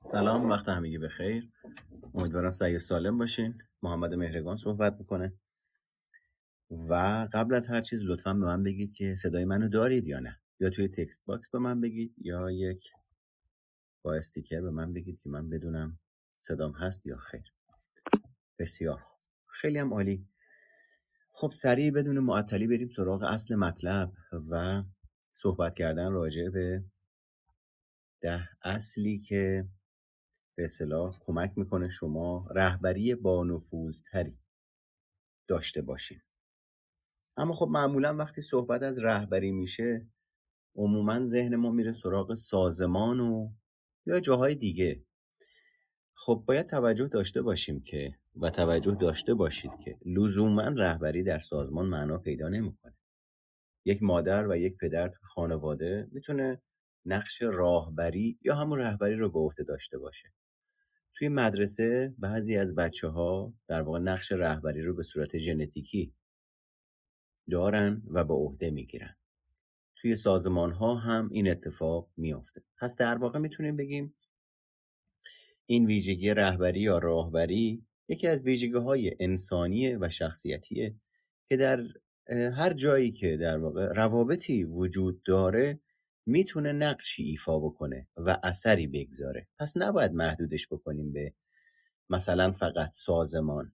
سلام، وقت همگی بخیر. امیدوارم سعی و سالم باشین. محمد مهرگان صحبت میکنه و قبل از هر چیز لطفاً به من بگید که صدای منو دارید یا نه، یا توی تکست باکس به من بگید یا یک با استیکر به من بگید که من بدونم صدام هست یا خیر. بسیار خوب. خیلی هم عالی. خب سریع بدون معطلی بریم سراغ اصل مطلب و صحبت کردن راجع به 10 اصلی که به اصطلاح کمک میکنه شما رهبری با نفوذتری داشته باشین. اما خب معمولا وقتی صحبت از رهبری میشه عموما ذهن ما میره سراغ سازمان و یا جاهای دیگه. خب باید توجه داشته باشیم که و توجه داشته باشید که لزوما رهبری در سازمان معنا پیدا نمیکنه. یک مادر و یک پدر تو خانواده میتونه نقش راهبری یا همون رهبری رو به عهده داشته باشه. توی مدرسه بعضی از بچه‌ها در واقع نقش رهبری رو به صورت ژنتیکی دارن و به عهده میگیرن. توی سازمان ها هم این اتفاق میافته. پس در واقع میتونیم بگیم این ویژگی رهبری یا راهبری یکی از ویژگی های انسانیه و شخصیتیه که در هر جایی که در واقع روابطی وجود داره میتونه نقشی ایفا بکنه و اثری بگذاره. پس نباید محدودش بکنیم به مثلا فقط سازمان.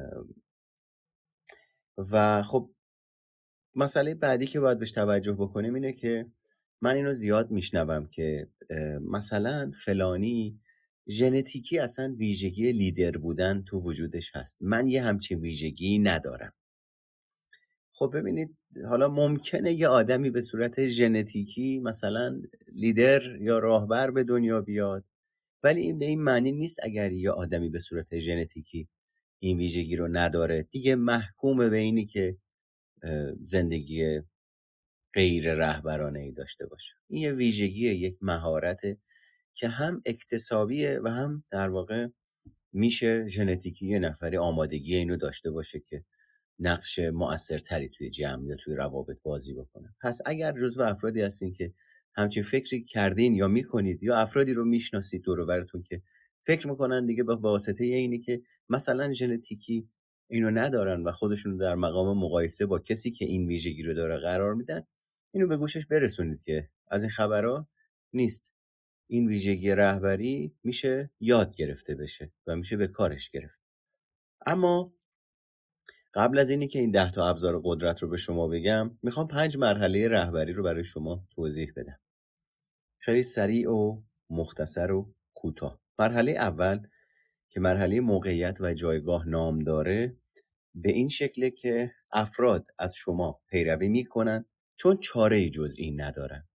و خب مسئله بعدی که باید بهش توجه بکنیم اینه که من اینو زیاد میشنوم که مثلا فلانی ژنتیکی اصلا ویژگی لیدر بودن تو وجودش هست، من یه همچین ویژگی ندارم. خب ببینید، حالا ممکنه یه آدمی به صورت ژنتیکی مثلا لیدر یا راهبر به دنیا بیاد، ولی این به این معنی نیست اگر یه آدمی به صورت ژنتیکی این ویژگی رو نداره دیگه محکوم به اینی که زندگی غیر رهبرانه ای داشته باشه. این یه ویژگی، یک مهارته که هم اکتسابیه و هم در واقع میشه ژنتیکی یه نفری آمادگی اینو داشته باشه که نقش مؤثرتری توی جمع یا توی روابط بازی بکنه. پس اگر جزو افرادی هستین که همچین فکری کردین یا میکنید یا افرادی رو میشناسید دور و برتون که فکر میکنن دیگه به واسطه اینی که مثلا ژنتیکی اینو ندارن و خودشون در مقام مقایسه با کسی که این ویژگی رو داره قرار میدن، اینو به گوشش برسونید که از این خبرها نیست. این ویژگی رهبری میشه یاد گرفته بشه و میشه به کارش گرفت. اما قبل از اینی که این 10 تا ابزار قدرت رو به شما بگم، میخوام 5 مرحله رهبری رو برای شما توضیح بدم. خیلی سریع و مختصر و کوتاه. مرحله اول که مرحله موقعیت و جایگاه نام داره، به این شکله که افراد از شما پیروی میکنن چون چاره‌ای جز این ندارن.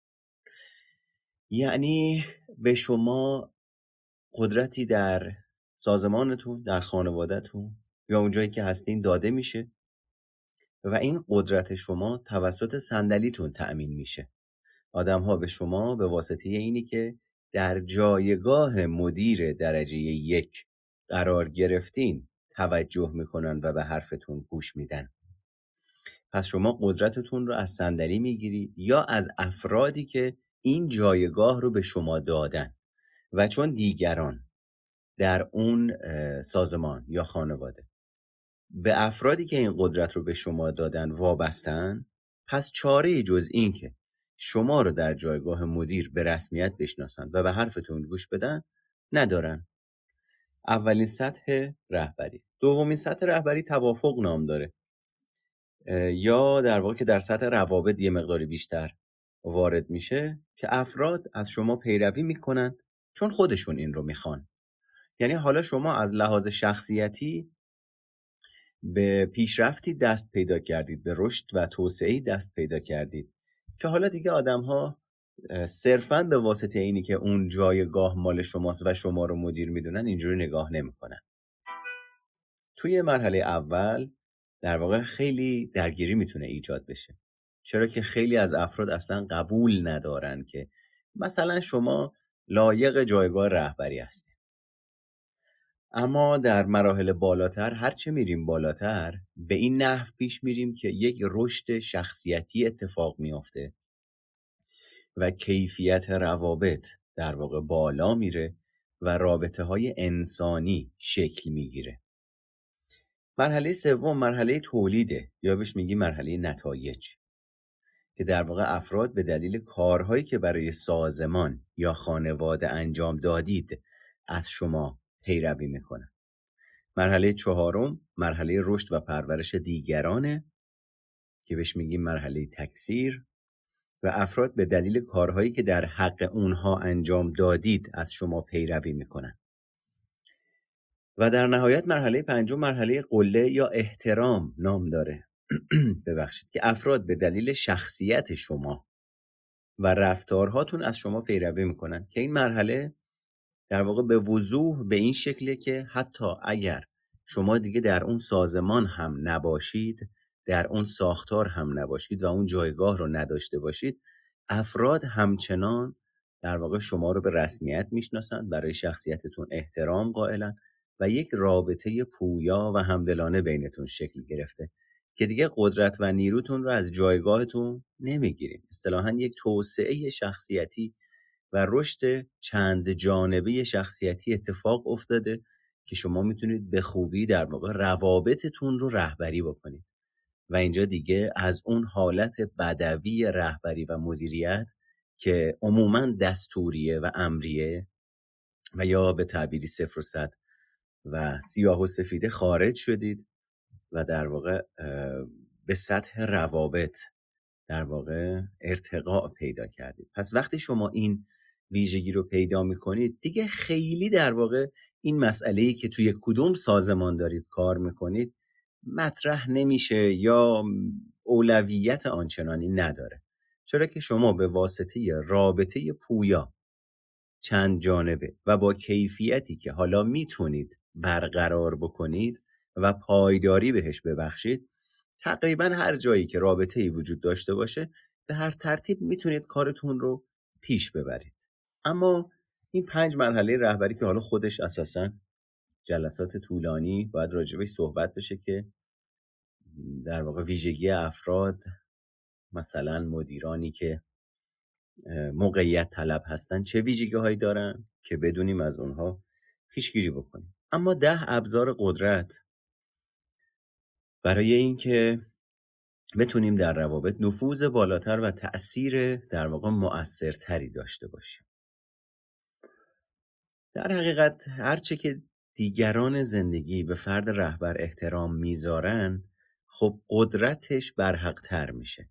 یعنی به شما قدرتی در سازمانتون، در خانوادهتون یا اونجایی که هستین داده میشه و این قدرت شما توسط صندلیتون تأمین میشه. آدم‌ها به شما به واسطه اینی که در جایگاه مدیر درجه 1 قرار گرفتین توجه میکنن و به حرفتون گوش میدن. پس شما قدرتتون رو از صندلی میگیرید یا از افرادی که این جایگاه رو به شما دادن و چون دیگران در اون سازمان یا خانواده به افرادی که این قدرت رو به شما دادن وابستن، پس چاره جز این که شما رو در جایگاه مدیر به رسمیت بشناسن و به حرفتون گوش بدن ندارن. اولین سطح رهبری. دومین سطح رهبری توافق نام داره، یا در واقع که در سطح روابط یه مقداری بیشتر وارد میشه که افراد از شما پیروی میکنن چون خودشون این رو میخوان. یعنی حالا شما از لحاظ شخصیتی به پیشرفتی دست پیدا کردید، به رشد و توسعه‌ای دست پیدا کردید که حالا دیگه آدم‌ها صرفاً به واسطه اینی که اون جایگاه مال شماست و شما رو مدیر میدونن اینجوری نگاه نمی‌کنن. توی مرحله اول در واقع خیلی درگیری میتونه ایجاد بشه، چرا که خیلی از افراد اصلا قبول ندارن که مثلا شما لایق جایگاه رهبری هستید. اما در مراحل بالاتر، هرچه میریم بالاتر به این نحو پیش میریم که یک رشد شخصیتی اتفاق میافته و کیفیت روابط در واقع بالا میره و رابطه‌های انسانی شکل میگیره. مرحله سوم مرحله تولیده یا بهش میگی مرحله نتایج، که در واقع افراد به دلیل کارهایی که برای سازمان یا خانواده انجام دادید از شما پیروی میکنن. مرحله چهارم مرحله رشد و پرورش دیگرانه که بهش میگیم مرحله تکثیر و افراد به دلیل کارهایی که در حق اونها انجام دادید از شما پیروی میکنن. و در نهایت مرحله پنجم مرحله قله یا احترام نام داره ببخشید، که افراد به دلیل شخصیت شما و رفتارهاتون از شما پیروی میکنن، که این مرحله در واقع به وضوح به این شکله که حتی اگر شما دیگه در اون سازمان هم نباشید، در اون ساختار هم نباشید و اون جایگاه رو نداشته باشید، افراد همچنان در واقع شما رو به رسمیت میشناسن، برای شخصیتتون احترام قائلن و یک رابطه پویا و همدلانه بینتون شکل گرفته که دیگه قدرت و نیروتون رو از جایگاهتون نمیگیریم. اصطلاحاً یک توسعه شخصیتی و رشد چند جانبه شخصیتی اتفاق افتاده که شما میتونید به خوبی در واقع روابطتون رو رهبری بکنید و اینجا دیگه از اون حالت بدوی رهبری و مدیریت که عموماً دستوریه و امریه و یا به تعبیری 0 و 100 و سیاه و سفیده خارج شدید و در واقع به سطح روابط در واقع ارتقاء پیدا کردید. پس وقتی شما این ویژگی رو پیدا میکنید دیگه خیلی در واقع این مسئله‌ای که توی کدوم سازمان دارید کار میکنید مطرح نمیشه یا اولویت آنچنانی نداره، چرا که شما به واسطه رابطه پویا چند جانبه و با کیفیتی که حالا میتونید برقرار بکنید و پایداری بهش ببخشید، تقریبا هر جایی که رابطه‌ای وجود داشته باشه به هر ترتیب میتونید کارتون رو پیش ببرید. اما این 5 مرحله رهبری که حالا خودش اساساً جلسات طولانی باید راجبش صحبت بشه که در واقع ویژگی افراد، مثلا مدیرانی که موقعیت طلب هستن چه ویژگی هایی دارن که بدونیم از اونها پیشگیری بکنیم. اما 10 ابزار قدرت برای اینکه بتونیم در روابط نفوذ بالاتر و تأثیر در واقع مؤثرتری داشته باشیم. در حقیقت هرچه که دیگران زندگی به فرد رهبر احترام میذارن، خب قدرتش برحق‌تر میشه.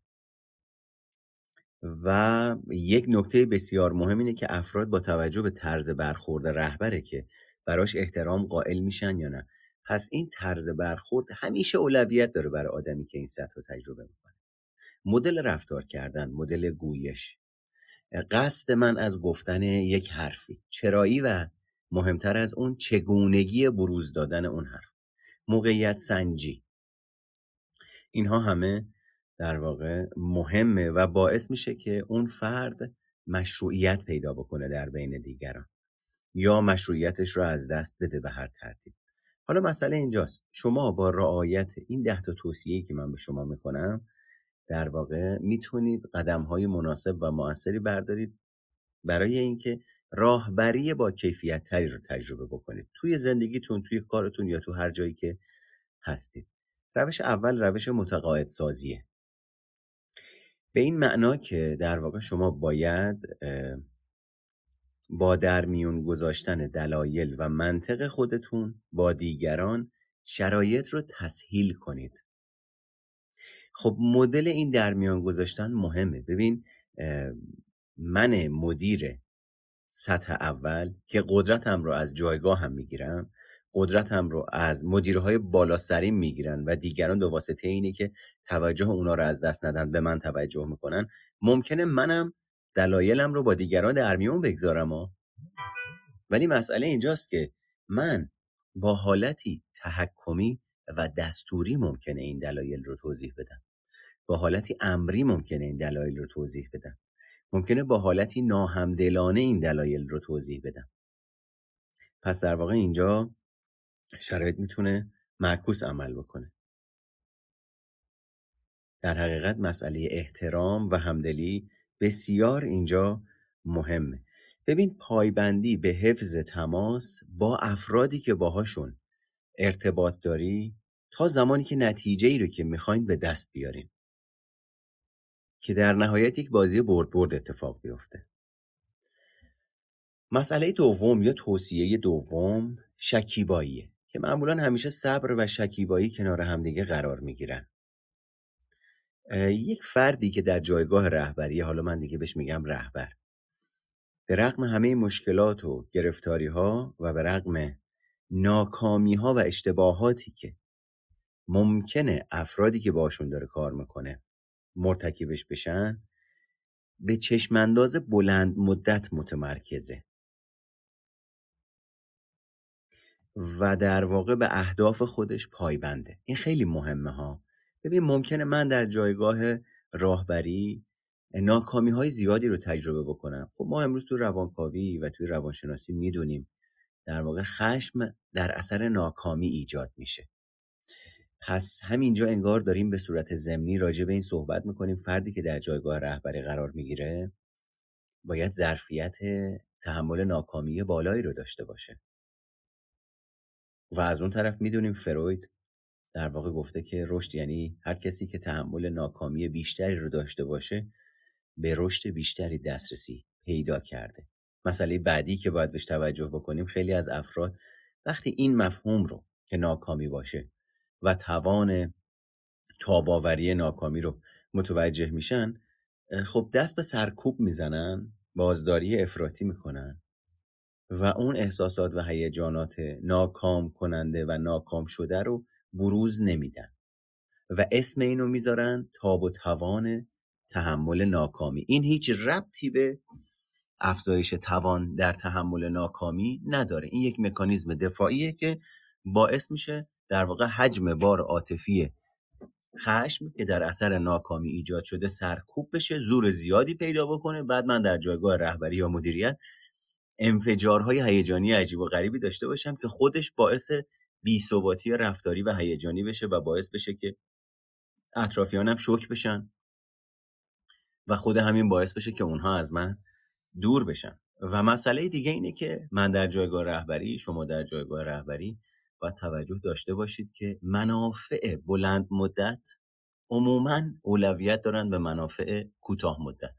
و یک نکته بسیار مهم اینه که افراد با توجه به طرز برخورد رهبره که براش احترام قائل میشن یا نه. پس این طرز برخورد همیشه اولویت داره برای آدمی که این سطح رو تجربه میکنه. مدل رفتار کردن، مدل گویش، قصد من از گفتن یک حرفی، چرایی و مهمتر از اون چگونگی بروز دادن اون حرف، موقعیت سنجی، اینها همه در واقع مهمه و باعث میشه که اون فرد مشروعیت پیدا بکنه در بین دیگران یا مشروعیتش رو از دست بده به هر ترتیب. حالا مسئله اینجاست، شما با رعایت این 10 تا توصیه‌ای که من به شما میکنم در واقع میتونید قدم‌های مناسب و مؤثری بردارید برای اینکه راهبری با کیفیت تری رو تجربه بکنید توی زندگیتون، توی کارتون یا تو هر جایی که هستید. روش اول روش متقاعد سازیه. به این معنا که در واقع شما باید با در میون گذاشتن دلایل و منطق خودتون با دیگران شرایط رو تسهیل کنید. خب مدل این در میان گذاشتن مهمه. ببین من مدیر سطح اول که قدرتم رو از جایگاه هم میگیرم، قدرتم رو از مدیرهای بالا سریم میگیرن و دیگران به واسطه اینه که توجه اونا رو از دست ندن به من توجه میکنن، ممکنه منم دلایلم رو با دیگران در میون بگذارم ولی مسئله اینجاست که من با حالتی تحکمی و دستوری ممکنه این دلایل رو توضیح بدم، با حالتی امری ممکنه این دلایل رو توضیح بدم، ممکنه با حالتی ناهمدلانه این دلایل رو توضیح بدم. پس در واقع اینجا شرایط میتونه معکوس عمل بکنه. در حقیقت مسئله احترام و همدلی بسیار اینجا مهمه. ببین پایبندی به حفظ تماس با افرادی که باهاشون ارتباط داری تا زمانی که نتیجه ای رو که میخواین به دست بیارین که در نهایت یک بازی برد برد اتفاق بیفته. مسئله دوم یا توصیه دوم شکیباییه که معمولا همیشه صبر و شکیبایی کنار همدیگه قرار میگیرن. یک فردی که در جایگاه رهبری، حالا من دیگه بهش میگم رهبر، به رغم همه مشکلات و گرفتاری ها و به رغم ناکامی ها و اشتباهاتی که ممکنه افرادی که باشون داره کار میکنه مرتکبش بشن، به چشمانداز بلند مدت متمرکزه و در واقع به اهداف خودش پایبنده. این خیلی مهمه ها. ببین ممکنه من در جایگاه راهبری ناکامی های زیادی رو تجربه بکنم. خب ما امروز تو روانکاوی و توی روانشناسی میدونیم در واقع خشم در اثر ناکامی ایجاد میشه. پس همینجا انگار داریم به صورت ضمنی راجع به این صحبت میکنیم فردی که در جایگاه رهبری قرار میگیره باید ظرفیت تحمل ناکامی بالایی رو داشته باشه. و از اون طرف میدونیم فروید در واقع گفته که رشد یعنی هر کسی که تحمل ناکامی بیشتری رو داشته باشه به رشد بیشتری دسترسی پیدا کرده. مسئله بعدی که باید بهش توجه بکنیم، خیلی از افراد وقتی این مفهوم رو که ناکامی باشه و توان تاباوری ناکامی رو متوجه میشن، خب دست به سرکوب میزنن، بازداری افراطی میکنن و اون احساسات و هیجانات ناکام کننده و ناکام شده رو بروز نمیدن و اسم اینو میذارن تاب و توان تحمل ناکامی. این هیچ ربطی به افزایش توان در تحمل ناکامی نداره. این یک مکانیزم دفاعیه که باعث میشه در واقع حجم بار عاطفی خشم که در اثر ناکامی ایجاد شده سرکوب بشه، زور زیادی پیدا بکنه. بعد من در جایگاه رهبری یا مدیریت انفجارهای هیجانی عجیب و غریبی داشته باشم که خودش باعث بی‌ثباتی رفتاری و هیجانی بشه و باعث بشه که اطرافیانم شوک بشن و خود همین باعث بشه که اونها از من دور بشن. و مسئله دیگه اینه که من در جایگاه رهبری، شما در جایگاه رهبری باید توجه داشته باشید که منافع بلند مدت عموماً اولویت دارن به منافع کوتاه مدت.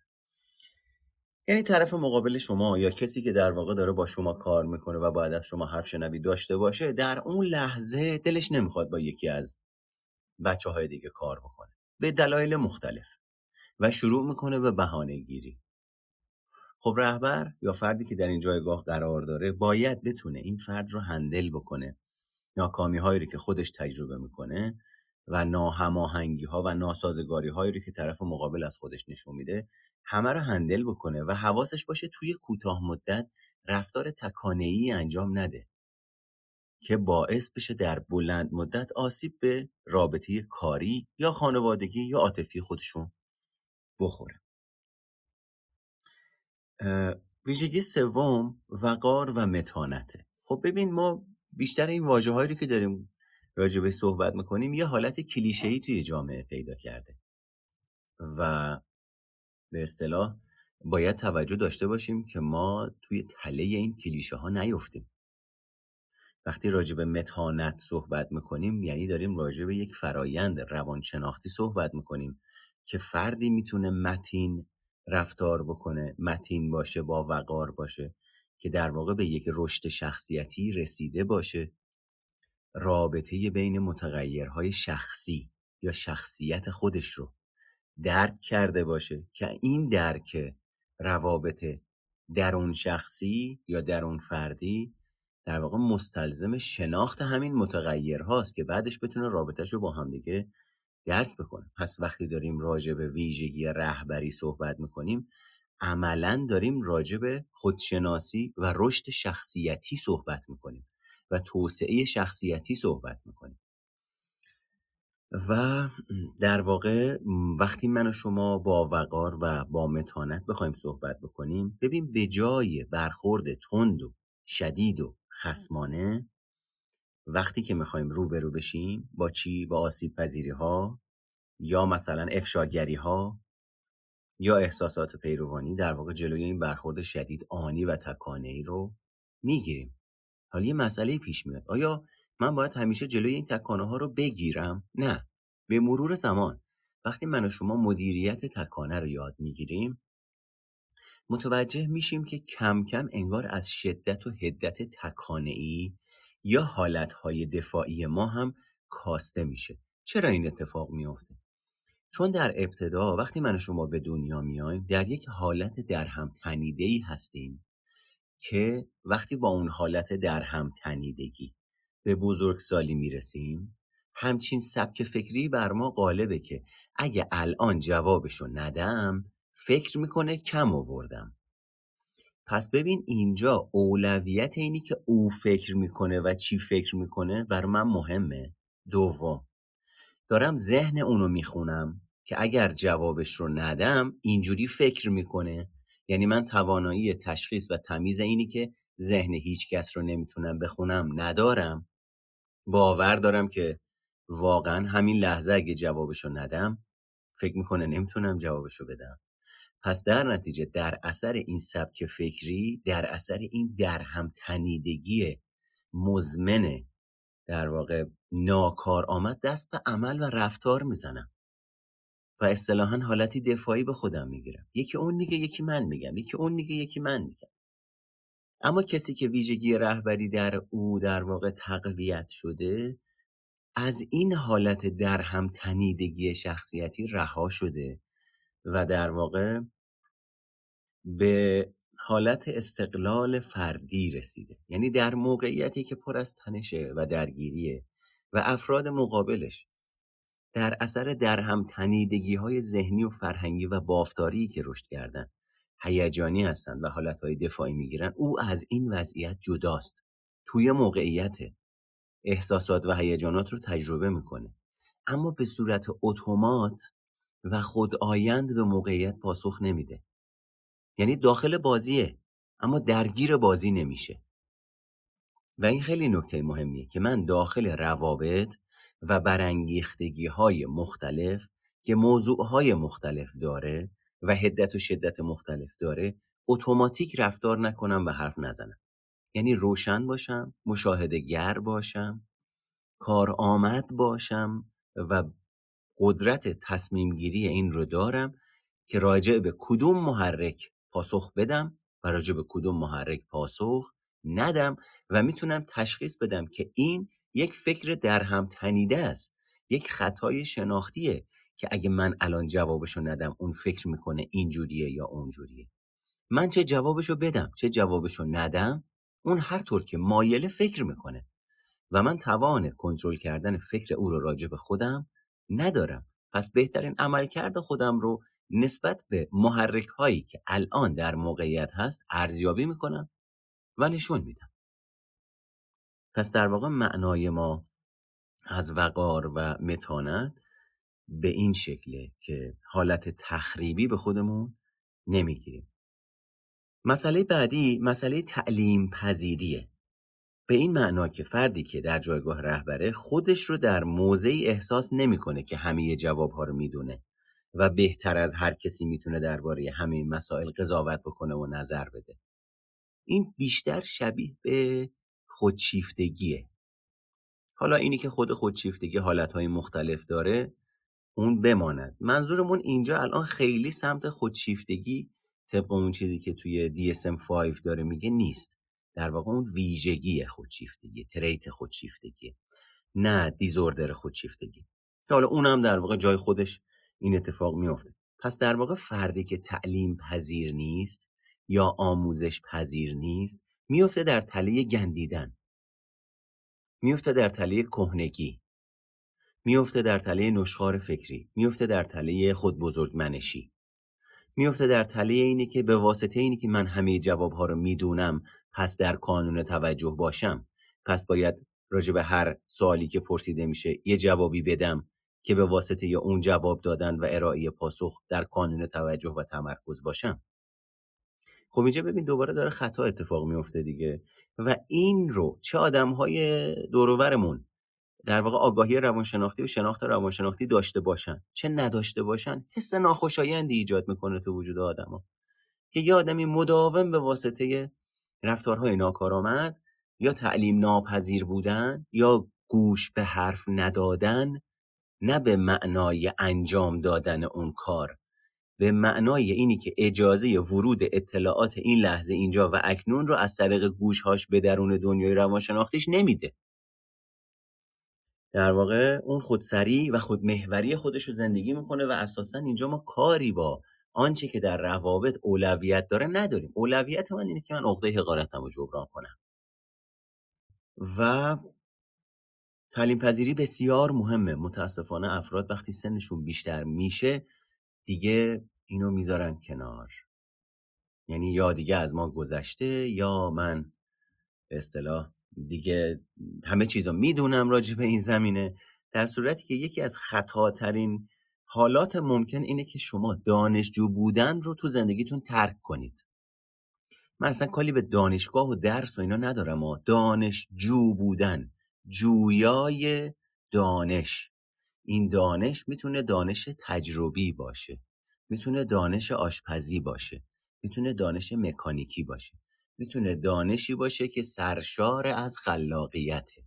یعنی طرف مقابل شما یا کسی که در واقع داره با شما کار میکنه و باید از شما حرف شنوی داشته باشه، در اون لحظه دلش نمیخواد با یکی از بچه‌های دیگه کار بکنه به دلایل مختلف و شروع میکنه به بهانه گیری. خب رهبر یا فردی که در این جایگاه قرار داره باید بتونه این فرد رو هندل بکنه، ناکامی هایی رو که خودش تجربه میکنه و ناهماهنگی ها و ناسازگاری هایی رو که طرف مقابل از خودش نشون میده همه رو هندل بکنه و حواسش باشه توی کوتاه مدت رفتار تکانه‌ای انجام نده که باعث بشه در بلند مدت آسیب به رابطه کاری یا خانوادگی یا عاطفی خودشون بخوره. ویژگی سوم وقار و متانته. خب ببین ما بیشتر این واژه‌هایی رو که داریم راجع به صحبت میکنیم یه حالت کلیشه‌ای توی جامعه پیدا کرده و به اصطلاح باید توجه داشته باشیم که ما توی تله این کلیشه ها نیفتیم. وقتی راجع به متانت صحبت میکنیم یعنی داریم راجع به یک فرایند روانشناختی صحبت میکنیم که فردی میتونه متین رفتار بکنه، متین باشه، با وقار باشه، که در واقع به یک رشد شخصیتی رسیده باشه، رابطه بین متغیرهای شخصی یا شخصیت خودش رو درک کرده باشه که این درک روابط درون شخصی یا درون فردی در واقع مستلزم شناخت همین متغیرهاست که بعدش بتونه رابطه‌شو با هم دیگه درک بکنه. پس وقتی داریم راجع به ویژگی رهبری صحبت میکنیم عملاً داریم راجع به خودشناسی و رشد شخصیتی صحبت میکنیم و توسعه شخصیتی صحبت میکنیم. و در واقع وقتی من و شما با وقار و با متانت بخوایم صحبت بکنیم، ببین به جای برخورد تند و شدید و خصمانه، وقتی که میخوایم روبرو بشیم با چی؟ با آسیب پذیری ها یا مثلا افشاگری ها یا احساسات پیروانی در واقع جلوی این برخورد شدید آنی و تکانه‌ای رو میگیریم. حالا یه مسئله پیش میاد، آیا من باید همیشه جلوی این تکانه ها رو بگیرم؟ نه. به مرور زمان وقتی من و شما مدیریت تکانه رو یاد میگیریم متوجه میشیم که کم کم انگار از شدت و حدت تکانه‌ای یا حالتهای دفاعی ما هم کاسته میشه. چرا این اتفاق میافته؟ چون در ابتدا وقتی من و شما به دنیا میایم در یک حالت درهم تنیده‌ای هستیم که وقتی با اون حالت درهم تنیدگی به بزرگسالی میرسیم همچین سبک فکری بر ما غالبه که اگه الان جوابشو ندم فکر میکنه کم آوردم. پس ببین اینجا اولویت اینی که او فکر میکنه و چی فکر میکنه بر من مهمه. دوم، دارم ذهن اونو میخونم که اگر جوابش رو ندم اینجوری فکر میکنه. یعنی من توانایی تشخیص و تمیز اینی که ذهن هیچ کس رو نمیتونم بخونم ندارم. باور دارم که واقعا همین لحظه اگه جوابش رو ندم فکر میکنه نمیتونم جوابش رو بدم. پس در نتیجه در اثر این سبک فکری، در اثر این درهم تنیدگی مزمن در واقع ناکار آمد دست به عمل و رفتار میزنم و اصطلاحاً حالتی دفاعی به خودم میگیرم. یکی اون میگه یکی من میگم، یکی اون میگه یکی من میگم. اما کسی که ویژگی رهبری در او در واقع تقویت شده از این حالت درهم تنیدگی شخصیتی رها شده و در واقع به حالت استقلال فردی رسیده. یعنی در موقعیتی که پر از تنشه و درگیریه و افراد مقابلش در اثر درهم تنیدگی های ذهنی و فرهنگی و بافتاری که رشد کردن هیجانی هستن و حالتهای دفاعی میگیرن، او از این وضعیت جداست. توی موقعیت احساسات و هیجانات رو تجربه میکنه اما به صورت اتومات و خودآیند به موقعیت پاسخ نمیده. یعنی داخل بازیه اما درگیر بازی نمیشه. و این خیلی نکته مهمیه که من داخل روابط و برانگیختگی‌های مختلف که موضوعهای مختلف داره و حدت و شدت مختلف داره اتوماتیک رفتار نکنم و حرف نزنم. یعنی روشن باشم، مشاهده‌گر باشم، کارآمد باشم و قدرت تصمیم گیری این رو دارم که راجع به کدوم محرک پاسخ بدم و راجع به کدوم محرک پاسخ ندم و میتونم تشخیص بدم که این یک فکر درهم تنیده است، یک خطای شناختیه که اگه من الان جوابشو ندم اون فکر میکنه اینجوریه یا اونجوریه. من چه جوابشو بدم چه جوابشو ندم اون هر طور که مایل فکر میکنه و من توان کنترل کردن فکر او رو راجع به خودم ندارم. پس بهترین عملکرد خودم رو نسبت به محرک هایی که الان در موقعیت هست ارزیابی میکنم و نشون میدم. پس در واقع معنای ما از وقار و متانت به این شکله که حالت تخریبی به خودمون نمیگیریم. مسئله بعدی مسئله تعلیم پذیریه. به این معنا که فردی که در جایگاه رهبره خودش رو در موضعی احساس نمیکنه که همه جوابها رو میدونه و بهتر از هر کسی میتونه درباره همه این مسائل قضاوت بکنه و نظر بده. این بیشتر شبیه به خودشیفتگیه. حالا اینی که خود خودشیفتگی حالتهای مختلف داره اون بماند. منظورمون اینجا الان خیلی سمت خودشیفتگی طبق اون چیزی که توی DSM-5 داره میگه نیست. در واقع اون ویژگی خودشیفتگی، تریت خودشیفتگی، نه دیزوردر خودشیفتگی. حالا اونم در واقع جای خودش این اتفاق میفته. پس در واقع فردی که تعلیم پذیر نیست یا آموزش پذیر نیست میفته در تله گندیدن، میفته در تله کهنگی، میفته در تله نشخوار فکری، میفته در تله خود بزرگمنشی، میفته در تله اینی که به واسطه اینی که من همه جوابها رو میدونم پس در کانون توجه باشم، پس باید راجع به هر سوالی که پرسیده میشه یه جوابی بدم که به واسطه یا اون جواب دادن و ارائه پاسخ در کانون توجه و تمرکز باشم. خب اینجا ببین دوباره داره خطا اتفاق میفته دیگه و این رو چه آدم‌های دور و برمون در واقع آگاهی روانشناختی و شناخت روانشناختی داشته باشن چه نداشته باشن، حس ناخوشایندی ایجاد میکنه تو وجود آدما که یه آدمی مداوم به واسطه رفتارهای ناکارآمد یا تعلیم ناپذیر بودن یا گوش به حرف ندادن، نه به معنای انجام دادن اون کار، به معنای اینی که اجازه ورود اطلاعات این لحظه اینجا و اکنون رو از طریق گوشهاش به درون دنیای روانشناختیش نمیده. در واقع اون خودسری و خودمحوری خودش رو زندگی میکنه و اساسا اینجا ما کاری با آنچه که در روابط اولویت داره نداریم. اولویت من اینه که من عقده حقارتم رو جبران کنم. و تعلیم پذیری بسیار مهمه. متاسفانه افراد وقتی سنشون بیشتر میشه دیگه اینو میذارن کنار، یعنی یا دیگه از ما گذشته یا من به اصطلاح دیگه همه چیزو میدونم راجع به این زمینه، در صورتی که یکی از خطاترین حالات ممکن اینه که شما دانشجو بودن رو تو زندگیتون ترک کنید. من اصلا کاری به دانشگاه و درس و اینا ندارم، دانشجو بودن، جویای دانش. این دانش میتونه دانش تجربی باشه، میتونه دانش آشپزی باشه، میتونه دانش مکانیکی باشه، میتونه دانشی باشه که سرشار از خلاقیته.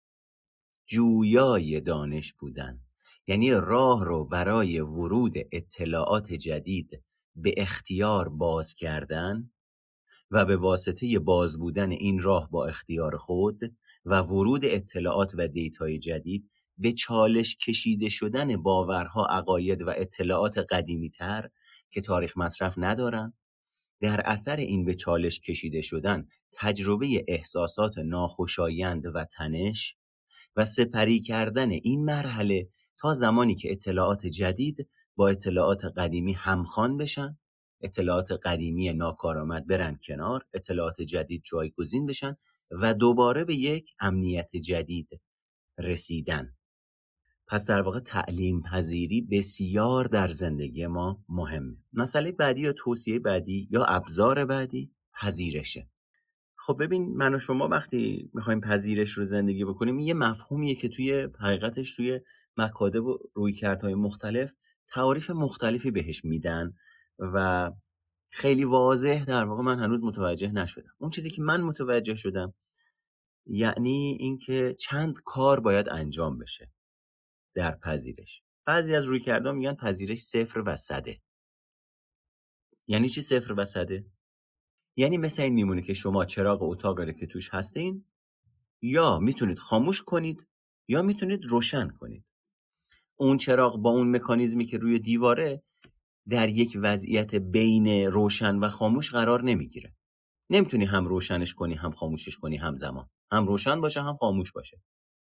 جویای دانش بودن یعنی راه رو برای ورود اطلاعات جدید به اختیار باز کردن و به واسطه باز بودن این راه با اختیار خود و ورود اطلاعات و دیتای جدید به چالش کشیده شدن باورها، عقاید و اطلاعات قدیمی تر که تاریخ مصرف ندارن. در اثر این به چالش کشیده شدن تجربه احساسات ناخوشایند و تنش و سپری کردن این مرحله تا زمانی که اطلاعات جدید با اطلاعات قدیمی همخوان بشن، اطلاعات قدیمی ناکارآمد برن کنار، اطلاعات جدید جایگزین بشن و دوباره به یک امنیت جدید رسیدن. پس در واقع تعلیم پذیری بسیار در زندگی ما مهمه. مسئله بعدی یا توصیه بعدی یا ابزار بعدی پذیرشه. خب ببین، من و شما وقتی میخوایم پذیرش رو زندگی بکنیم، یه مفهومیه که توی حقیقتش توی مکاتب و رویکردهای مختلف تعاریف مختلفی بهش میدن و خیلی واضح در واقع من هنوز متوجه نشدم. اون چیزی که من متوجه شدم یعنی اینکه چند کار باید انجام بشه در پذیرش. بعضی از رویکردها میگن پذیرش 0 و 100. یعنی چی 0 و 100؟ یعنی مثل این میمونه که شما چراغ اتاقی رو که توش هستین یا میتونید خاموش کنید یا میتونید روشن کنید. اون چراغ با اون مکانیزمی که روی دیواره در یک وضعیت بین روشن و خاموش قرار نمیگیره. نمیتونی هم روشنش کنی هم خاموشش کنی همزمان، هم روشن باشه هم خاموش باشه.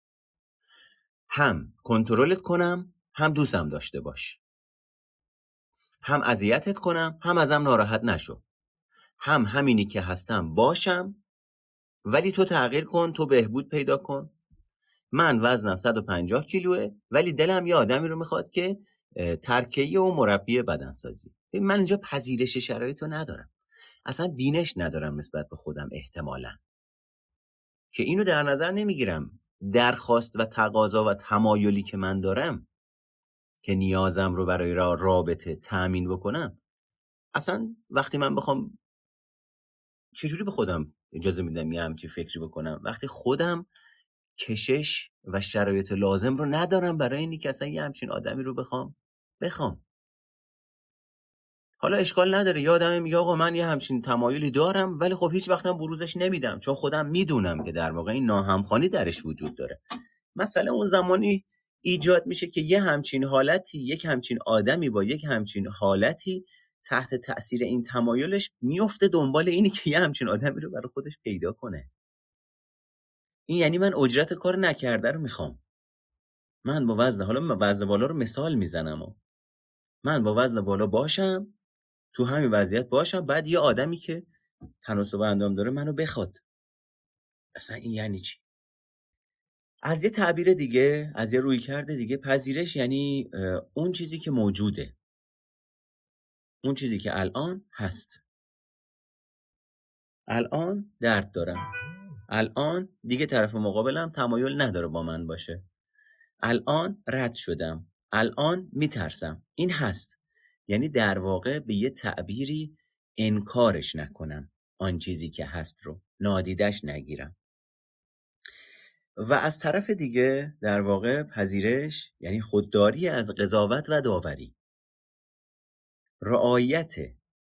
هم کنترلت کنم هم دوستم داشته باش، هم اذیتت کنم هم ازم ناراحت نشو، هم همینی که هستم باشم ولی تو تغییر کن، تو بهبود پیدا کن. من وزنم 150 کیلوه ولی دلم یه آدمی رو میخواد که ترکیه و مربی بدنسازی. من اینجا پذیرش شرایطو ندارم، اصلا بینش ندارم نسبت به خودم احتمالاً، که اینو در نظر نمیگیرم. درخواست و تقاضا و تمایلی که من دارم که نیازم رو برای رابطه تأمین بکنم، اصلا وقتی من بخوام چجوری به خودم اجازه میدم یه همچی فکری بکنم وقتی خودم کشش و شرایط لازم رو ندارم برای اینی که اصلا یه همچین آدمی رو بخوام. حالا اشکال نداره یه آدمی میگه آقا من یه همچین تمایلی دارم ولی خب هیچ وقتم بروزش نمیدم چون خودم میدونم که در واقع این ناهمخوانی درش وجود داره. مثلا اون زمانی ایجاد میشه که یه همچین حالتی، یک همچین آدمی با یک همچین حالتی تحت تأثیر این تمایلش میفته دنبال اینی که یه همچین آدمی رو برای خودش پیدا کنه. این یعنی من اجرت کار نکرده رو میخوام. من با وزن بالا رو مثال میزنم من با وزن بالا باشم، تو همین وضعیت باشم، بعد یه آدمی که تناسب اندام داره منو بخواد. اصلا این یعنی چی؟ از یه تعبیر دیگه، از یه رویکرد دیگه، پذیرش یعنی اون چیزی که موجوده، اون چیزی که الان هست. الان درد دارم، الان دیگه طرف مقابلم تمایل نداره با من باشه، الان رد شدم، الان میترسم. این هست. یعنی در واقع به یه تعبیری انکارش نکنم، آن چیزی که هست رو نادیدش نگیرم. و از طرف دیگه در واقع پذیرش یعنی خودداری از قضاوت و داوری، رعایت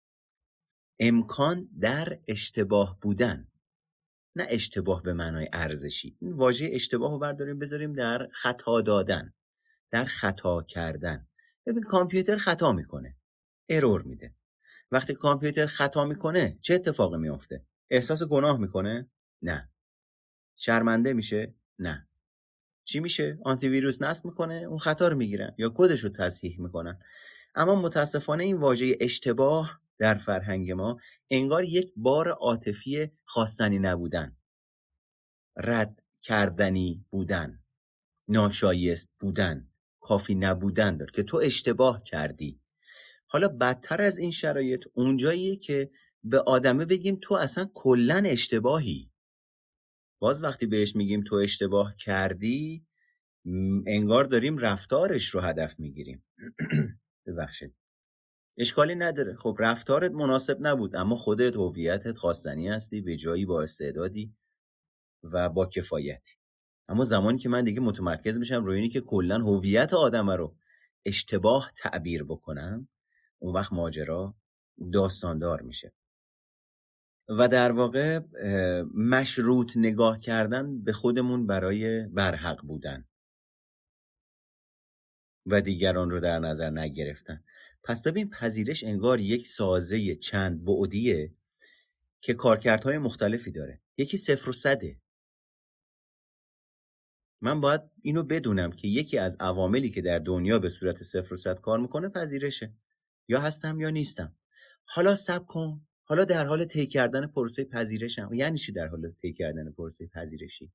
امکان در اشتباه بودن، نه اشتباه به معنای ارزشی. این واژه اشتباه رو برداریم بذاریم در خطا دادن، در خطا کردن. ببین کامپیوتر خطا میکنه، ارور میده. وقتی کامپیوتر خطا میکنه چه اتفاقی میفته؟ احساس گناه میکنه؟ نه. شرمنده میشه؟ نه. چی میشه؟ آنتی ویروس نصب میکنه، اون خطا رو میگیرن یا کدش رو تصحیح میکنن. اما متاسفانه این واژه اشتباه در فرهنگ ما انگار یک بار عاطفی خواستنی نبودن، رد کردنی بودن، ناشایست بودن، کافی نبودن داره که تو اشتباه کردی. حالا بدتر از این شرایط اونجاییه که به آدمه بگیم تو اصلا کلن اشتباهی. باز وقتی بهش میگیم تو اشتباه کردی انگار داریم رفتارش رو هدف میگیریم. ببخشید. اشکالی نداره. خب رفتارت مناسب نبود، اما خودت هویتت خواستنی هستی، به جایی با استعدادی و با کفایتی. اما زمانی که من دیگه متمرکز میشم روی اینی که کلا هویت آدم رو اشتباه تعبیر بکنم، اون وقت ماجرا داستاندار میشه. و در واقع مشروط نگاه کردن به خودمون برای برحق بودن و دیگران رو در نظر نگرفتن. پس ببین پذیرش انگار یک سازه چند بعدیه که کارکردهای مختلفی داره. یکی 0 و 100. من باید اینو بدونم که یکی از عواملی که در دنیا به صورت 0 و 100 کار میکنه پذیرشه. یا هستم یا نیستم. حالا صبر کن. حالا در حال طی کردن پروسه پذیرشم. یعنی چی در حال طی کردن پروسه پذیرشی؟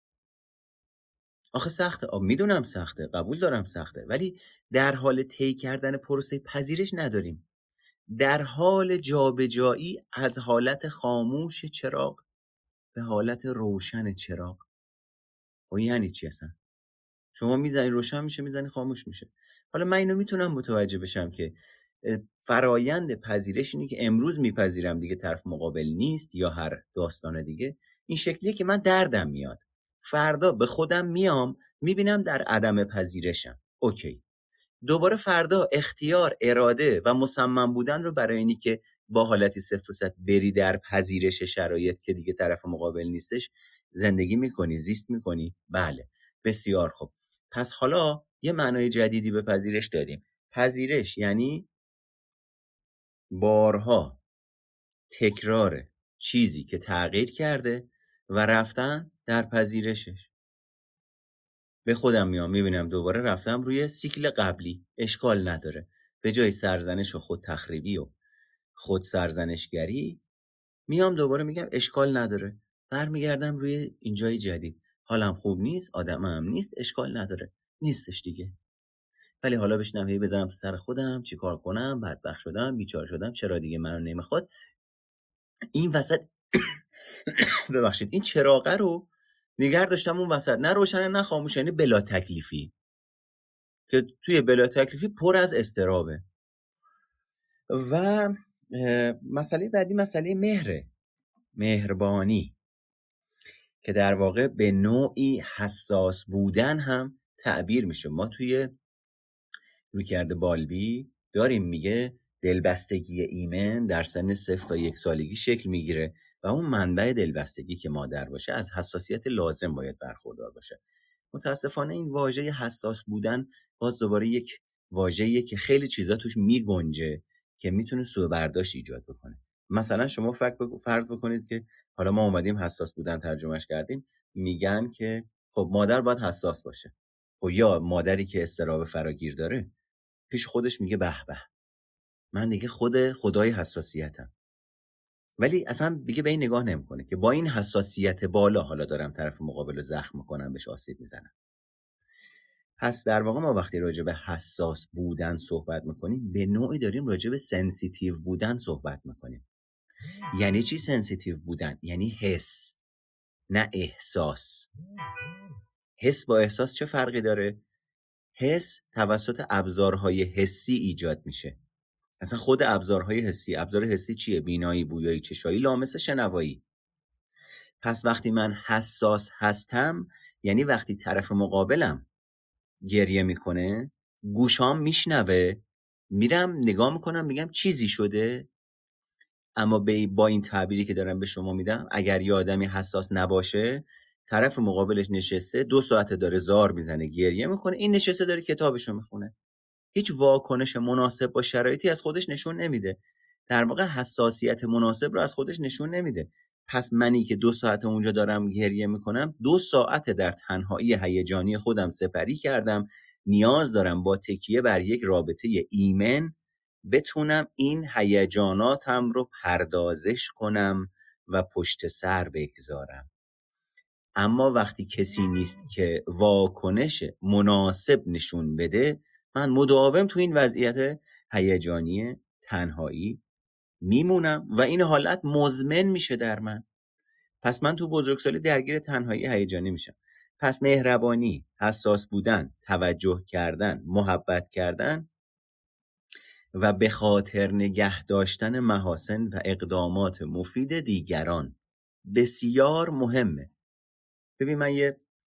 آخه سخته. میدونم سخته، قبول دارم سخته، ولی در حال طی کردن پروسه پذیرش نداریم. در حال جابجایی از حالت خاموش چراغ به حالت روشن چراغ. و یعنی چی اصلا؟ شما میزنی روشن میشه، میزنی خاموش میشه. حالا من اینو میتونم متوجه بشم که فرایند پذیرش اینه که امروز میپذیرم دیگه طرف مقابل نیست یا هر داستان دیگه، این شکلیه که من دردم میاد. فردا به خودم میام میبینم در عدم پذیرشم. اوکی. دوباره فردا اختیار، اراده و مصمم بودن رو برای اینی که با حالتی 0 و 100 بری در پذیرش شرایط که دیگه طرف مقابل نیستش زندگی میکنی، زیست میکنی. بله، بسیار خوب. پس حالا یه معنای جدیدی به پذیرش دادیم. پذیرش یعنی بارها تکرار چیزی که تغییر کرده و رفتن در پذیرشش. به خودم میام میبینم دوباره رفتم روی سیکل قبلی. اشکال نداره. به جای سرزنش و خود تخریبی و خود سرزنشگری میام دوباره میگم اشکال نداره. برمیگردم روی اینجای جدید. حالم خوب نیست، آدمم نیست، اشکال نداره. نیستش دیگه. ولی حالا بشنم هی بزنم تو سر خودم چیکار کنم، بدبخت شدم، بیچاره شدم، چرا دیگه منو نمیخواد. این وسط ببخشید این چراغه رو نگار داشتم اون وسط، نه روشنه نه خاموش، یعنی بلا تکلیفی که توی بلا تکلیفی پر از اضطرابه. و مسئله بعدی مسئله مهربانی که در واقع به نوعی حساس بودن هم تعبیر میشه. ما توی رویکرد بالبی داریم میگه دلبستگی ایمن در سن 0 تا 1 سالگی شکل میگیره و اون منبع دلبستگی که مادر باشه از حساسیت لازم باید برخوردار باشه. متاسفانه این واژه حساس بودن باز دوباره یک واژه‌ایه که خیلی چیزا توش میگنجه که میتونه سوء برداشت ایجاد بکنه. مثلا شما فرض بکنید که حالا ما اومدیم حساس بودن ترجمهش کردیم، میگن که خب مادر باید حساس باشه. خب یا مادری که اضطراب فراگیر داره پیش خودش میگه به به من دیگه خدای حساسیتم، ولی اصلا دیگه به این نگاه نمیکنه که با این حساسیت بالا حالا دارم طرف مقابل رو زخم میکنم، بهش آسیب میزنم. پس در واقع ما وقتی راجع به حساس بودن صحبت میکنیم به نوعی داریم راجع به سنسیتیو بودن صحبت میکنیم. یعنی چی سنسیتیو بودن؟ یعنی حس نه احساس. حس با احساس چه فرقی داره؟ حس توسط ابزارهای حسی ایجاد میشه. اصلا خود ابزارهای حسی، ابزار حسی چیه؟ بینایی، بویایی، چشایی، لامس، شنوایی. پس وقتی من حساس هستم یعنی وقتی طرف مقابلم گریه میکنه گوشام میشنوه، میرم نگاه میکنم میگم چیزی شده. اما با این تعبیری که دارم به شما میدم، اگر یه آدمی حساس نباشه، طرف مقابلش نشسته 2 ساعته داره زار میزنه گریه میکنه، این نشسته داره کتابشو میخونه، هیچ واکنش مناسب با شرایطی از خودش نشون نمیده. در واقع حساسیت مناسب رو از خودش نشون نمیده. پس منی که 2 ساعت اونجا دارم گریه میکنم 2 ساعت در تنهایی هیجانی خودم سپری کردم، نیاز دارم با تکیه بر یک رابطه ایمن بتونم این هیجاناتم رو پردازش کنم و پشت سر بگذارم. اما وقتی کسی نیست که واکنش مناسب نشون بده، من مداوم تو این وضعیت هیجانی تنهایی میمونم و این حالت مزمن میشه در من. پس من تو بزرگسالی درگیر تنهایی هیجانی میشم. پس مهربانی، حساس بودن، توجه کردن، محبت کردن و به خاطر نگه داشتن محاسن و اقدامات مفید دیگران بسیار مهمه. ببین من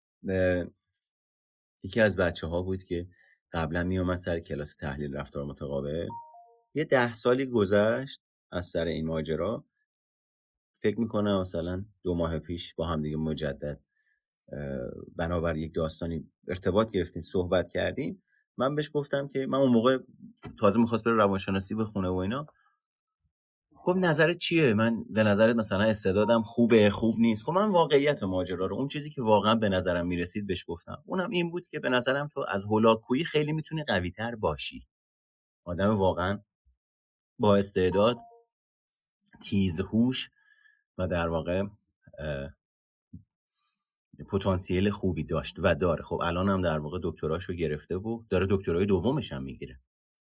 یکی از بچه ها بود که قبلا می اومد سر کلاس تحلیل رفتار متقابل. یه 10 سالی گذشت از سر این ماجرا، فکر میکنم مثلا 2 ماه پیش با هم دیگه مجدد بنابر یک داستانی ارتباط گرفتیم، صحبت کردیم. من بهش گفتم که من اون موقع تازه میخواست بره روانشناسی بخونه و اینا، گفت نظرت چیه؟ من به نظرت مثلا استعدادم خوبه، خوب نیست؟ خب من واقعیت ماجرا رو، اون چیزی که واقعا به نظرم میرسید بهش گفتم. اونم این بود که به نظرم تو از هولاکویی خیلی میتونی قوی‌تر باشی. آدم واقعا با استعداد، تیزهوش و در واقع پتانسیل خوبی داشت و داره. خب الان هم در واقع دکتراشو گرفته و داره دکترای دومش هم میگیره.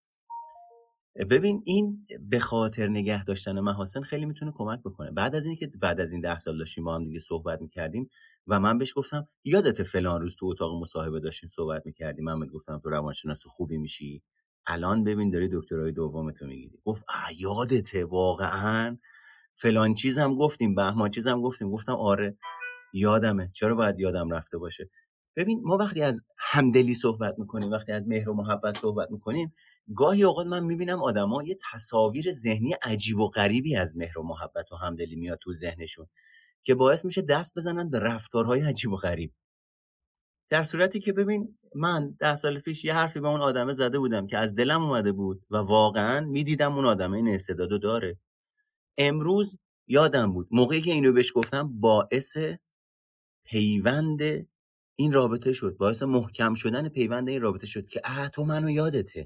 ببین این به خاطر نگه داشتن محاسن خیلی میتونه کمک بکنه. بعد از این 10 سال داشتیم با هم دیگه صحبت میکردیم و من بهش گفتم یادت فلان روز تو اتاق مصاحبه داشتیم صحبت میکردیم، من بهت گفتم تو روانشناس خوبی میشی، الان ببین داری دکترای دومتو میگیری. گفت یادته واقعا فلان چیزم گفتیم، بهمان چیزم گفتیم. گفتم آره یادمه، چرا باید یادم رفته باشه؟ ببین ما وقتی از همدلی صحبت میکنیم، وقتی از مهر و محبت صحبت میکنیم، گاهی اوقات من میبینم آدما یه تصاویر ذهنی عجیب و غریبی از مهر و محبت و همدلی میاد تو ذهنشون که باعث میشه دست بزنن به رفتارهای عجیب و غریب. در صورتی که ببین من 10 سال پیش یه حرفی به اون آدمه زده بودم که از دلم اومده بود و واقعا میدیدم اون آدمه این استعدادو داره. امروز یادم بود موقعی که اینو بهش گفتم باعث پیوند این رابطه شد، باعث محکم شدن پیوند این رابطه شد که تو منو یادته.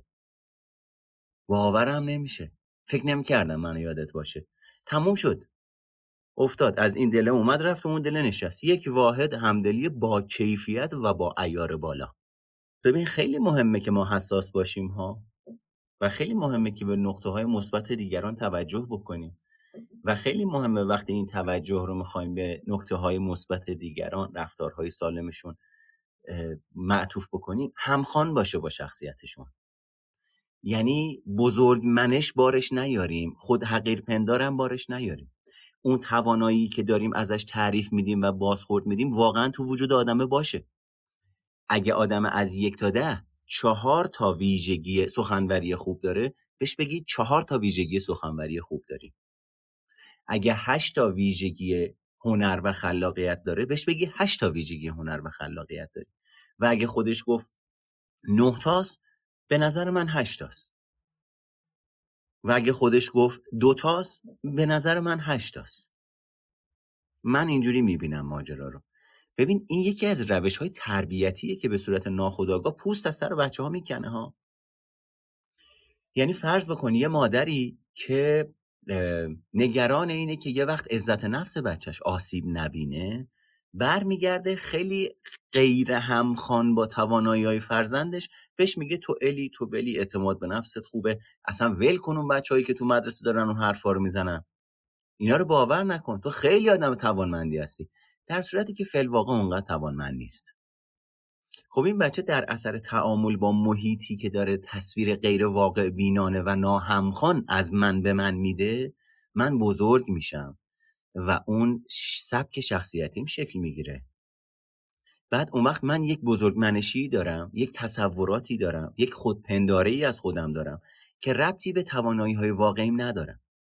باورم نمیشه، فکر نمی‌کردم منو یادت باشه. تموم شد، افتاد از این دله اومد رفت و اون دله نشست. یک واحد همدلی با کیفیت و با عیار بالا. ببین خیلی مهمه که ما حساس باشیم ها، و خیلی مهمه که به نقطه‌های مثبت دیگران توجه بکنیم و خیلی مهمه وقتی این توجه رو می‌خوایم به نکته‌های مثبت دیگران، رفتارهای سالمشون معطوف بکنیم، همخوان باشه با شخصیتشون. یعنی بزرگ منش بارش نیاریم، خود حقیر پندارم بارش نیاریم. اون توانایی که داریم ازش تعریف میدیم و بازخورد میدیم واقعا تو وجود آدمه باشه. اگه آدم از 1 تا 10 4 تا ویژگی سخنوری خوب داره، بهش بگید 4 تا ویژگی سخنوری خوب داری. اگه 8 تا ویژگی هنر و خلاقیت داره، بهش بگی 8 تا ویژگی هنر و خلاقیت داری. و اگه خودش گفت 9 تاست، به نظر من 8 تاست. و اگه خودش گفت 2 تاست، به نظر من 8 تاست. من اینجوری میبینم ماجرا رو. ببین این یکی از روش‌های تربیتیه که به صورت ناخودآگاه پوست از سر بچه‌ها میکنه ها. یعنی فرض بکن یه مادری که نگران اینه که یه وقت عزت نفس بچهش آسیب نبینه، برمیگرده خیلی غیر همخوان با توانایی‌های فرزندش بهش میگه تو الی تو بلی، اعتماد به نفست خوبه، اصلا ول کن اون بچه‌هایی که تو مدرسه دارن اون حرفا رو میزنن، اینا رو باور نکن، تو خیلی آدم توانمندی هستی. در صورتی که فی الواقع اونقدر توانمند نیست. خب این بچه در اثر تعامل با محیطی که داره تصویر غیر واقع بینانه و ناهمخوان از من به من میده، من بزرگ میشم و اون سبک شخصیتیم شکل میگیره. بعد اون وقت من یک بزرگ منشی دارم، یک تصوراتی دارم، یک خودپنداری از خودم دارم که ربطی به توانایی های واقعیم ندارم.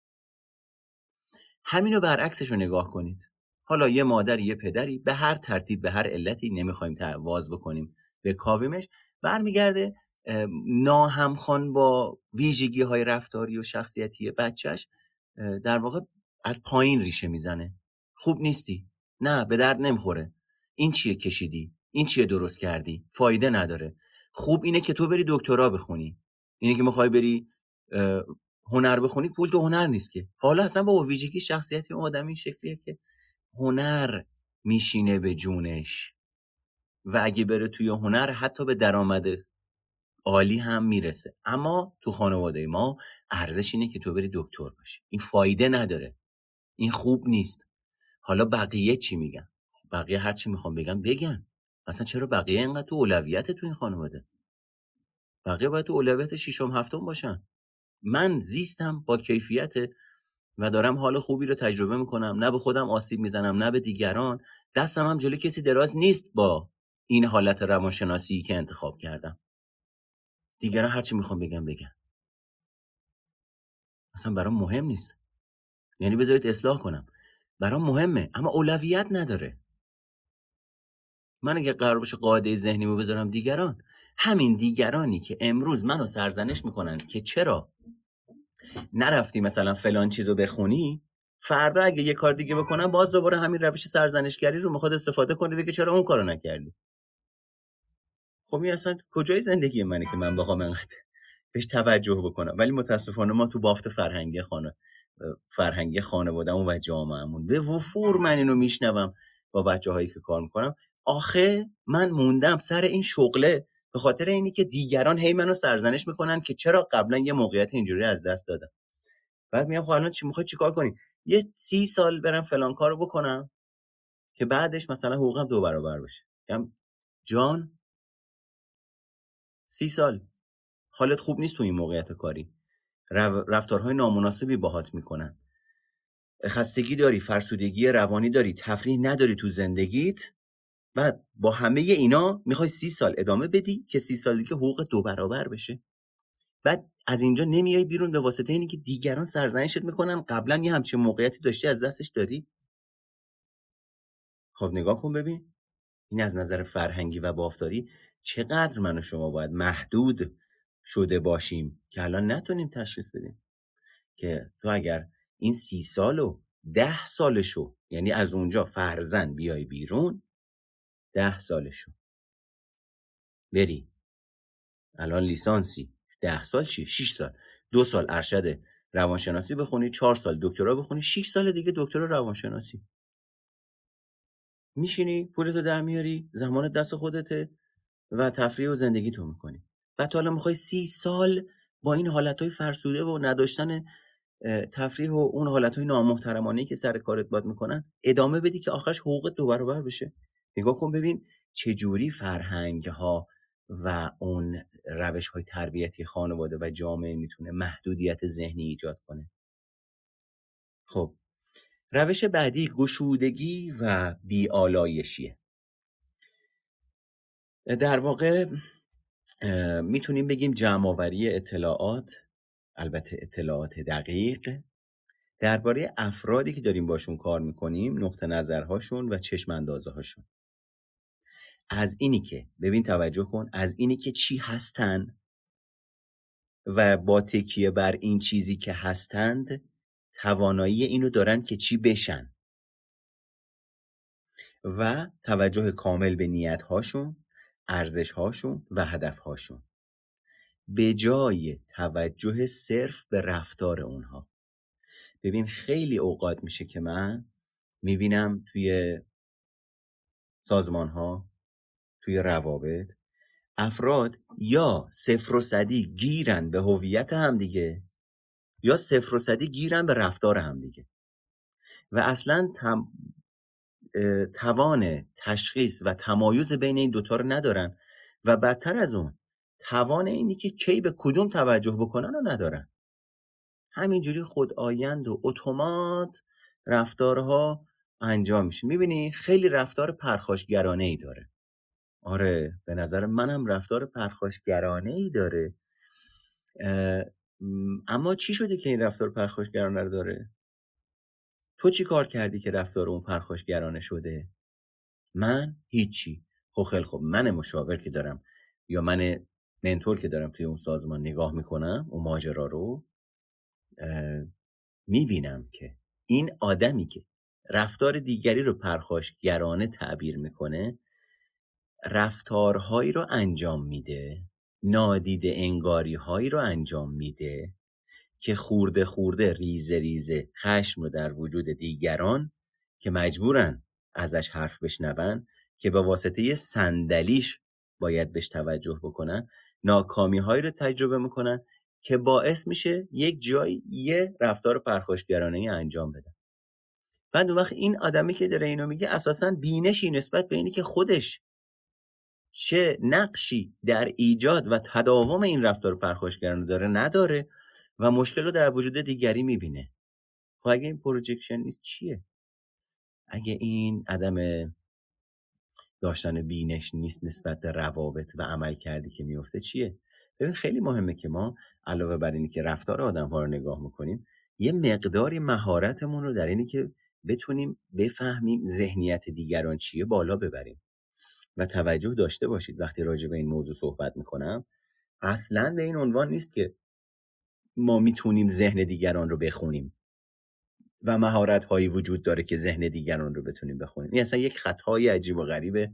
همینو برعکسش رو نگاه کنید. حالا یه مادری، یه پدری، به هر ترتیب، به هر علتی، نمیخوایم واز بکنیم به کاویمش، برمیگرده ناهمخوان با ویژگی های رفتاری و شخصیتی بچهش، در واقع از پایین ریشه میزنه. خوب نیستی، نه به درد نمیخوره، این چیه کشیدی، این چیه درست کردی، فایده نداره. خوب اینه که تو بری دکترا بخونی، اینه که میخوای بری هنر بخونی، پول تو هنر نیست که. حالا اصلا با ویژگی شخصیتی اون آدم این شکلیه که هنر میشینه به جونش و اگه بره توی هنر حتی به درآمد عالی هم میرسه. اما تو خانواده ما ارزش اینه که تو بری دکتر باشی، این فایده نداره، این خوب نیست. حالا بقیه چی میگن؟ بقیه هر چی میخوام بگن. اصلا چرا بقیه اینقدر تو اولویت تو این خانواده؟ بقیه باید تو اولویت ششم هفتم باشن. من زیستم با کیفیت و دارم حال خوبی رو تجربه میکنم، نه به خودم آسیب میزنم نه به دیگران، دستم هم جلوی کسی دراز نیست با این حالت روانشناسی که انتخاب کردم. دیگران هر چی میخوام بگن اصلا برام مهم نیست. یعنی بذارید اصلاح کنم، برام مهمه اما اولویت نداره. من اگه قرار باشه قاعده ذهنیمو بذارم دیگران، همین دیگرانی که امروز منو سرزنش میکنن که چرا نرفتی مثلا فلان چیزو بخونی، فردا اگه یه کار دیگه بکنم باز دوباره همین روش سرزنشگری رو میخواد استفاده کنه بگه چرا اون کارو نکردی. خب این اصلا کجای زندگی منه که من بخوام انقدر بهش توجه بکنم؟ ولی متاسفانه ما تو بافت فرهنگی خانواده‌مون و جامعهمون به وفور من اینو میشنوم با بچه‌هایی که کار میکنم. آخه من موندم سر این شغله به خاطر اینی که دیگران هی منو سرزنش میکنن که چرا قبلا یه موقعیت اینجوری از دست دادم. بعد میگم خب الان چیکار کنی؟ یه 30 سال برم فلان کارو بکنم که بعدش مثلا حقوقم 2 برابر بشه. میگم جان 30 سال حالت خوب نیست تو این موقعیت کاری، رفتارهای نامناسبی باهات میکنن، خستگی داری، فرسودگی روانی داری، تفریح نداری تو زندگیت، بعد با همه اینا میخوای 30 سال ادامه بدی که 30 سال دیگه حقوق 2 برابر بشه. بعد از اینجا نمیای بیرون به واسطه اینی که دیگران سرزنشت میکنن قبلا یه همچین موقعیتی داشتی از دستش دادی. خب نگاه کن ببین این از نظر فرهنگی و بافتاری چقدر من و شما باید محدود شده باشیم که الان نتونیم تشخیص بدیم که تو اگر این 30 سالو 10 سالشو، یعنی از اونجا فرضاً بیای بیرون 10 سالشو بری الان لیسانسی، 10 سال چی؟ 6 سال، 2 سال ارشد روانشناسی بخونی، 4 سال دکترا بخونی، 6 سال دیگه دکترا روانشناسی، میشینی پولتو در میاری، زمان دست خودته و تفریح و زندگی تو میکنی. بعد تو حالا میخوای 30 سال با این حالتهای فرسوده و نداشتن تفریح و اون حالتهای نامحترمانه‌ای که سر کارت باد میکنن ادامه بدی که آخرش حقوق 2 برابر بشه. نگاه کن ببین چجوری فرهنگ ها و اون روش های تربیتی خانواده و جامعه میتونه محدودیت ذهنی ایجاد کنه. خب روش بعدی گشودگی و بی‌آلایشیه. در واقع میتونیم بگیم جمع‌آوری اطلاعات، البته اطلاعات دقیق، درباره افرادی که داریم باشون کار میکنیم، نقطه نظرهاشون و چشم اندازه هاشون. از اینی که ببین توجه کن، از اینی که چی هستن و با تکیه بر این چیزی که هستند توانایی اینو دارن که چی بشن و توجه کامل به نیت‌هاشون، ارزش‌هاشون و هدف‌هاشون به جای توجه صرف به رفتار اونها. ببین خیلی اوقات میشه که من میبینم توی سازمان‌ها، توی روابط، افراد یا 0 و 100 گیرن به هویت همدیگه یا 0 و 100 گیرن به رفتار همدیگه و اصلا توان تشخیص و تمایز بین این دوتا رو ندارن و بدتر از اون توان اینی که کی به کدوم توجه بکنن رو ندارن. همینجوری خودآیند و اتومات رفتارها انجام میشه. میبینی خیلی رفتار پرخاشگرانه ای داره. آره به نظر منم رفتار پرخاشگرانه ای داره. اما چی شده که این رفتار پرخاشگرانه رو داره؟ تو چی کار کردی که رفتار اون پرخاشگرانه شده؟ من هیچی. خیلی خوب، من مشاور که دارم یا من منتور که دارم توی اون سازمان نگاه میکنم اون ماجرا رو، میبینم که این آدمی که رفتار دیگری رو پرخاشگرانه تعبیر میکنه رفتارهایی رو انجام میده، نادیده انگاری هایی رو انجام میده که خورده خورده ریزه ریزه خشم رو در وجود دیگران که مجبورن ازش حرف بشنون، که به واسطه صندلیش باید بهش توجه بکنن، ناکامی هایی رو تجربه میکنن که باعث میشه یک جایی یه رفتار پرخاشگرانه انجام بدن. بعد اون وقت این آدمی که داره اینو میگه اساساً بینشی نسبت به اینی که خودش چه نقشی در ایجاد و تداوم این رفتار پرخاشگرانه داره نداره و مشکل رو در وجود دیگری میبینه. خب اگه این پروجکشن نیست چیه؟ اگه این عدم داشتن بینش نیست نسبت به روابط و عمل کردی که میفته چیه؟ ببین خیلی مهمه که ما علاوه بر اینی که رفتار آدم ها رو نگاه میکنیم یه مقداری مهارتمون رو در اینی که بتونیم بفهمیم ذهنیت دیگران چیه بالا ببریم. و توجه داشته باشید وقتی راجع به این موضوع صحبت میکنم اصلاً به این عنوان نیست که ما میتونیم ذهن دیگران رو بخونیم و مهارت هایی وجود داره که ذهن دیگران رو بتونیم بخونیم. این اصلا یک خطای عجیب و غریب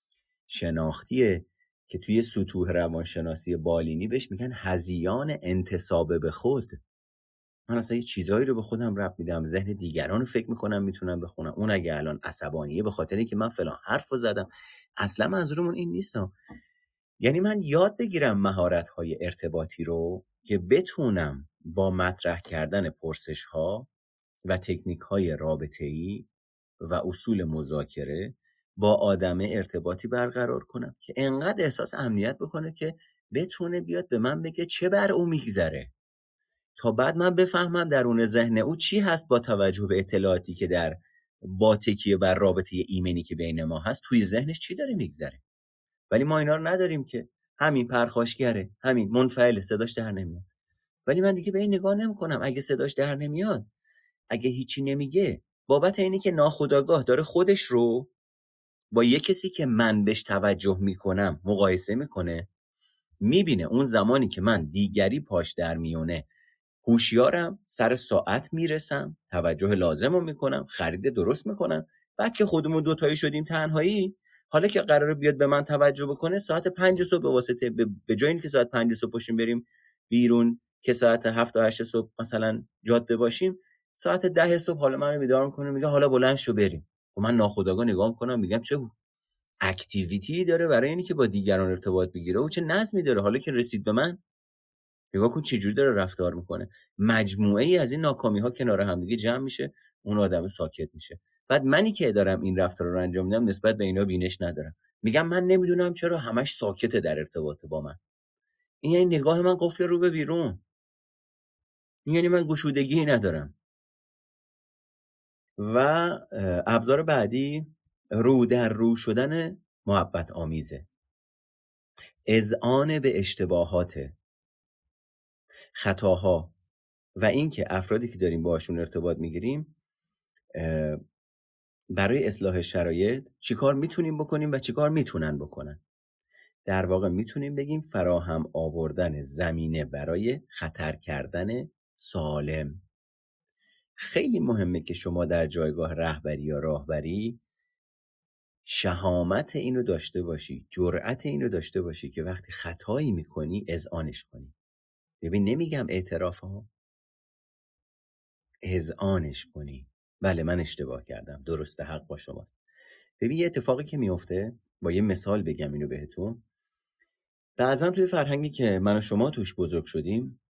شناختیه که توی سطوح روانشناسی بالینی بهش میگن هذیان انتساب به خود. من اصلا یه چیزایی رو به خودم ربط میدم، ذهن دیگران رو فکر میکنم میتونم بخونم. اون اگه الان عصبانیه به خاطر اینکه من فلان حرف رو زدم، اصلا منظورمون این نیستم. یعنی من یاد بگیرم مهارت‌های ارتباطی رو که بتونم با مطرح کردن پرسش‌ها و تکنیک‌های رابطه‌ای و اصول مذاکره با آدم ارتباطی برقرار کنم که انقدر احساس امنیت بکنه که بتونه بیاد به من بگه چه بر او میگذره، تا بعد من بفهمم درون ذهن او چی هست با توجه به اطلاعاتی که با تکیه بر رابطه ایمنی که بین ما هست توی ذهنش چی داره میگذره. ولی ما اینا رو نداریم که. همین پرخاشگره، همین منفعل، صداش در نمیاد. ولی من دیگه به این نگاه نمی‌کنم. اگه صداش در نمیاد، اگه هیچی نمیگه، بابت اینی که ناخودآگاه داره خودش رو با یه کسی که من بهش توجه میکنم مقایسه میکنه، میبینه اون زمانی که من دیگری پاش در میونه هوشیارم، سر ساعت میرسم، توجه لازم رو میکنم، خرید درست میکنم. بعد که خودمون دوتایی شدیم تنهایی، حالا که قراره بیاد به من توجه بکنه ساعت 5 صبح به واسطه به جای اینکه ساعت 5 صبح پاشیم بریم بیرون که ساعت 7 تا 8 صبح مثلا جاده باشیم، ساعت 10 صبح حالا منو بیدار میکنه میگه حالا بلند شو بریم. و من ناخودآگاه نگاه میکنم میگم چه اکتیویتی داره برای اینی که با دیگران ارتباط بگیره و چه نظمی داره. حالا که رسید به من، نگاه کن چه جوری داره رفتار میکنه. مجموعه ای از این ناکامی ها کنار هم دیگه جمع میشه، اون آدم ساکت میشه. بعد منی که دارم این رفتار رو انجام میدم نسبت به اینا بینش ندارم، میگم من نمیدونم چرا همش ساکته در ارتباط با من. این یعنی نگاه من قفل رو به بیرون، این یعنی من گشودگی ندارم. و ابزار بعدی رو در رو شدن محبت آمیزه، اذعان به اشتباهات، خطاها و اینکه افرادی که داریم باشون ارتباط میگیریم برای اصلاح شرایط چیکار میتونیم بکنیم و چیکار میتونن بکنن. در واقع میتونیم بگیم فراهم آوردن زمینه برای خطر کردن سالم. خیلی مهمه که شما در جایگاه رهبری یا راهبری شهامت اینو داشته باشی، جرأت اینو داشته باشی که وقتی خطایی میکنی اذعانش کنی. ببین نمیگم اعتراف ها، اذعانش کنی. بله من اشتباه کردم، درسته، حق با شماست. ببین یه اتفاقی که میفته، با یه مثال بگم اینو بهتون. بعضا توی فرهنگی که من و شما توش بزرگ شدیم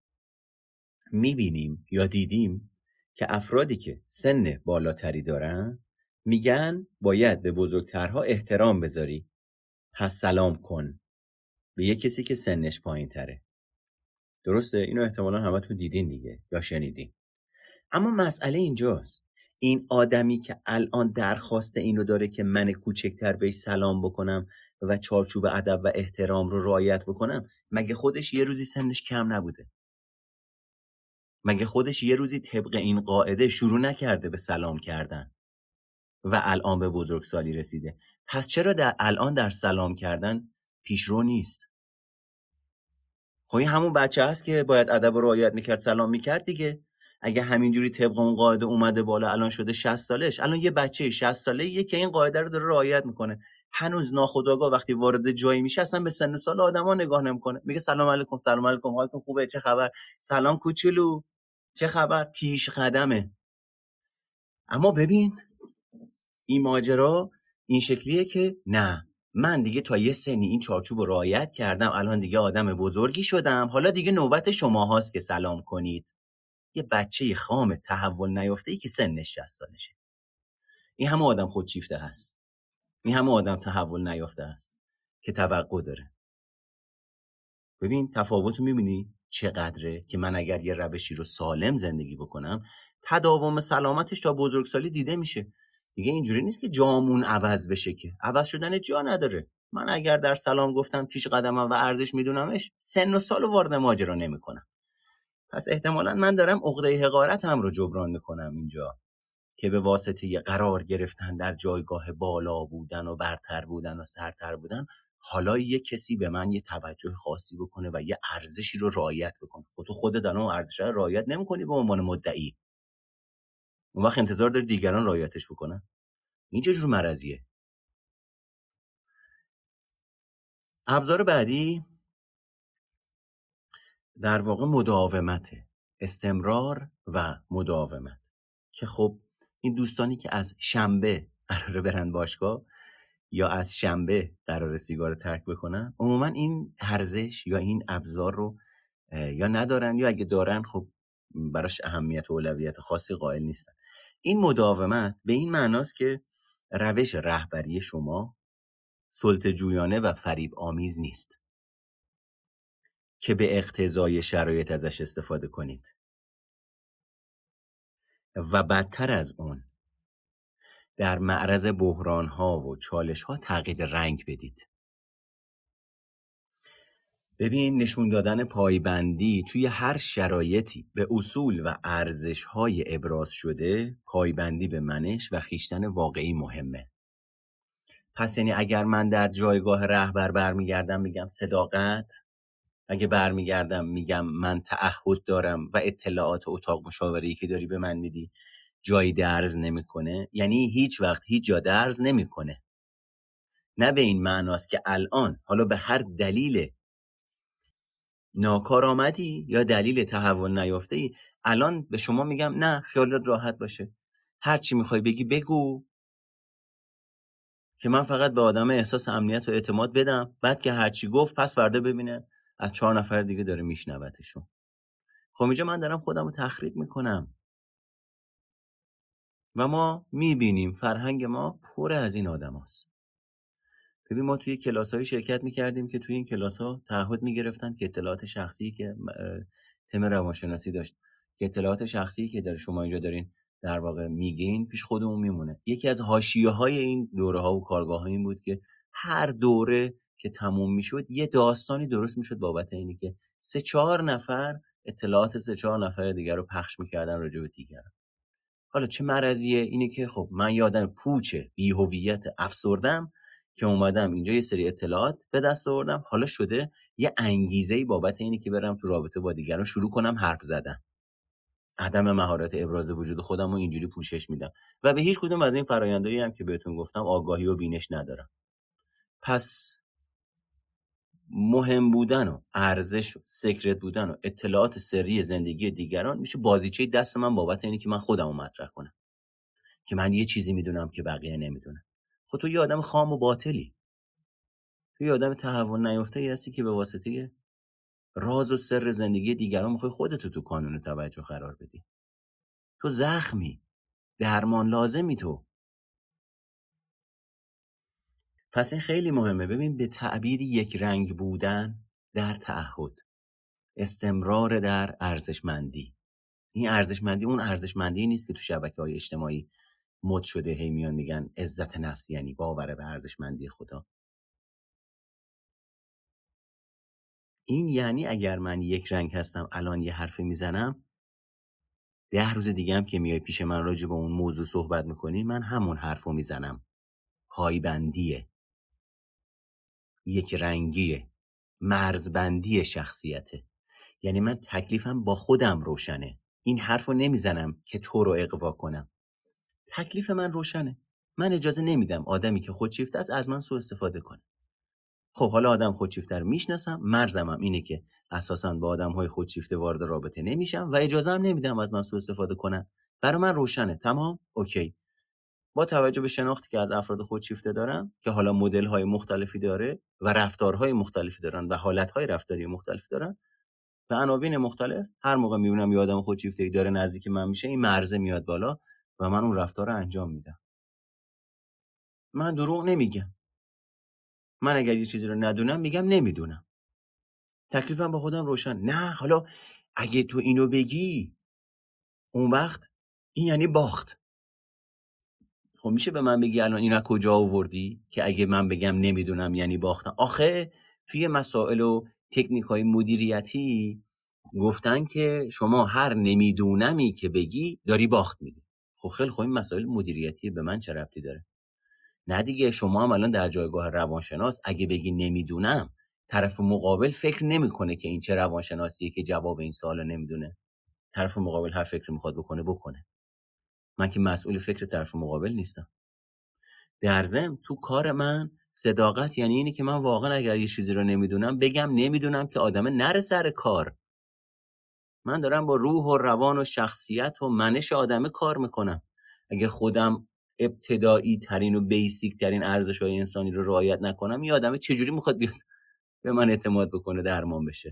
میبینیم یا دیدیم که افرادی که سن بالاتری دارن میگن باید به بزرگترها احترام بذاری، پس سلام کن به یه کسی که سنش پایین تره. درسته؟ اینو احتمالا همتون دیدین دیگه یا شنیدین. اما مسئله اینجاست، این آدمی که الان درخواست اینو داره که من کوچکتر بهش سلام بکنم و چارچوب ادب و احترام رو رعایت بکنم، مگه خودش یه روزی سنش کم نبوده؟ مگه خودش یه روزی طبق این قاعده شروع نکرده به سلام کردن و الان به بزرگسالی رسیده؟ پس چرا الان در سلام کردن پیشرو نیست؟ خب این همون بچه هست که باید ادب و رعایت میکرد، سلام میکرد دیگه. اگه همینجوری طبق اون قاعده اومده بالا، الان شده 60 سالش، الان یه بچه 60 ساله‌ایه که این قاعده رو داره رعایت میکنه، هنوز ناخودآگاه وقتی وارد جایی میشه اصلا به سن و سال آدما نگاه نمیکنه، میگه سلام علیکم، سلام علیکم، حالتون خوبه، چه خبر، سلام کوچولو، چه خبر، پیش قدمه. اما ببین این ماجرا این شکلیه که نه، من دیگه تا یه سنی این چارچوب رو رعایت کردم، الان دیگه آدم بزرگی شدم، حالا دیگه نوبت شما هاست که سلام کنید. یه بچه خام تحول نیافته ای که سنش 60 سالشه. این همه آدم خودشیفته هست، این همه آدم تحول نیافته هست که توقع داره. ببین تفاوت رو میبینی چقدره که من اگر یه روشی رو سالم زندگی بکنم، تداوم سلامتش تا بزرگسالی دیده میشه. دیگه اینجوری نیست که جامون عوض بشه، که عوض شدن جا نداره. من اگر در سلام گفتم پیش قدمم و ارزش میدونمش، سن و سال وارد ماجرا نمیکنم. پس احتمالاً من دارم عقده حقارت هم رو جبران میکنم اینجا، که به واسطه قرار گرفتن در جایگاه بالا بودن و برتر بودن و سرتر بودن، حالا یه کسی به من یه توجه خاصی بکنه و یه ارزشی رو رعایت بکنه. خودت الان اون ارزش رو رعایت نمی‌کنی به عنوان مدعی، اون وقت انتظار داری دیگران رعایتش بکنن؟ این چه جور مرضیه؟ ابزار بعدی در واقع مداومته، استمرار و مداومت. که خب این دوستانی که از شنبه قراره برن باشگاه یا از شنبه قراره سیگار ترک بکنن، عموما این ارزش یا این ابزار رو یا ندارن، یا اگه دارن خب براش اهمیت و اولویت خاصی قائل نیستن. این مداومت به این معناست که روش رهبری شما سلطه‌جویانه و فریب آمیز نیست که به اقتضای شرایط ازش استفاده کنید، و بدتر از اون در معرض بحران‌ها و چالش‌ها تغییر رنگ بدید. ببین نشون دادن پایبندی توی هر شرایطی به اصول و ارزش‌های ابراز شده، پایبندی به منش و خویشتن واقعی مهمه. پس یعنی اگر من در جایگاه رهبر برمیگردم میگم صداقت، اگه برمیگردم میگم من تعهد دارم و اطلاعات اتاق مشاوره که داری به من میدی جایی درز نمیکنه، یعنی هیچ وقت هیچ جا درز نمیکنه. نه به این معناست که الان حالا به هر دلیل ناکارآمدی یا دلیل تحول نیافته ای الان به شما میگم نه خیالت راحت باشه، هر چی میخوای بگی بگو، که من فقط به آدم احساس امنیت و اعتماد بدم، بعد که هر چی گفت پس فردا ببینه از 4 نفر دیگه داره میشنوتشون. خب اینجا من دارم خودم رو تخریب میکنم و ما میبینیم فرهنگ ما پر از این آدم هست. ببین ما توی کلاس‌های شرکت میکردیم که توی این کلاس‌ها تعهد میگرفتن که اطلاعات شخصی که تم روانشناسی داشت، که اطلاعات شخصی که شما اینجا دارین در واقع میگین پیش خودمون میمونه. یکی از حاشیه‌های این دوره‌ها و کارگاه‌ها این بود که هر دوره که تموم میشد یه داستانی درست میشد بابت اینی که 3-4 نفر اطلاعات 3-4 نفر دیگر رو پخش میکردن راجع به دیگران. حالا چه مرضیه؟ اینه که خب من یه آدم پوچه بی هویت افسردم که اومدم اینجا یه سری اطلاعات به دست آوردم، حالا شده یه انگیزه‌ای بابت اینی که برم تو رابطه با دیگران شروع کنم حرف زدن. عدم مهارت ابراز وجود خودم رو اینجوری پوشش میدم و به هیچ کدوم از این فرآیندایی هم که بهتون گفتم آگاهی و بینش ندارم. پس مهم بودن و ارزش و سکرت بودن و اطلاعات سری زندگی دیگران میشه بازیچه دست من بابت اینی که من خودم رو مطرح کنم، که من یه چیزی میدونم که بقیه نمیدونن. خب تو یه آدم خام و باطلی، تو یه آدم تحول نیافته هستی که به واسطه راز و سر زندگی دیگران میخوای خودتو تو کانون توجه قرار بدی. تو زخمی، درمان لازمی تو. پس این خیلی مهمه. ببین، به تعبیر یک رنگ بودن در تعهد، استمرار در ارزشمندی. این ارزشمندی اون ارزشمندی نیست که تو شبکه‌های اجتماعی مد شده، هی میان میگن عزت نفس یعنی باور به ارزشمندی خدا. این یعنی اگر من یک رنگ هستم الان یه حرفی میزنم، 10 روز دیگه هم که میای پیش من راجع به اون موضوع صحبت میکنی، من همون حرفو میزنم. پایبندیه، یک رنگیه، مرزبندی شخصیته. یعنی من تکلیفم با خودم روشنه. این حرفو نمیزنم که تو رو اغوا کنم. تکلیف من روشنه. من اجازه نمیدم آدمی که خودشیفته است از من سوء استفاده کنه. خب حالا آدم خودشیفته رو میشناسم، مرزم هم اینه که اساساً با آدم‌های خودشیفته وارد رابطه نمیشم و اجازه هم نمیدم از من سوء استفاده کنن. برای من روشنه. تمام، اوکی. با توجه به شناختی که از افراد خودشیفته دارم که حالا مدل‌های مختلفی داره و رفتارهای مختلفی دارن و حالت‌های رفتاری مختلفی دارن، به عناوین مختلف، هر موقع میبینم یه آدم خودشیفته‌ای داره نزدیک من میشه، این مرزه میاد بالا و من اون رفتار رو انجام میدم. من دروغ نمیگم. من اگر یه چیزی رو ندونم میگم نمیدونم. تکلیفم با خودم روشن. نه حالا اگه تو اینو بگی اون وقت این یعنی باخت. خب میشه به من بگی الان اینو کجا آوردی که اگه من بگم نمیدونم یعنی باختم؟ آخه توی مسائل و تکنیک‌های مدیریتی گفتن که شما هر نمیدونمی که بگی داری باخت میدی. خب خیلی خوب، این مسائل مدیریتی به من چه ربطی داره؟ نه دیگه، شما هم الان در جایگاه روانشناس اگه بگی نمیدونم، طرف مقابل فکر نمیکنه که این چه روانشناسیه که جواب این سوالو نمیدونه. طرف مقابل هر فکری میخواد بکنه. من که مسئول فکر طرف مقابل نیستم. در ضمن تو کار من صداقت یعنی اینه که من واقعا اگر یه چیزی رو نمیدونم بگم نمیدونم که آدم نره سر کار. من دارم با روح و روان و شخصیت و منش آدمه کار میکنم. اگه خودم ابتدایی ترین و بیسیک ترین ارزش‌های انسانی رو رعایت نکنم، این آدمه چجوری میخواد بیاد به من اعتماد بکنه، درمان بشه؟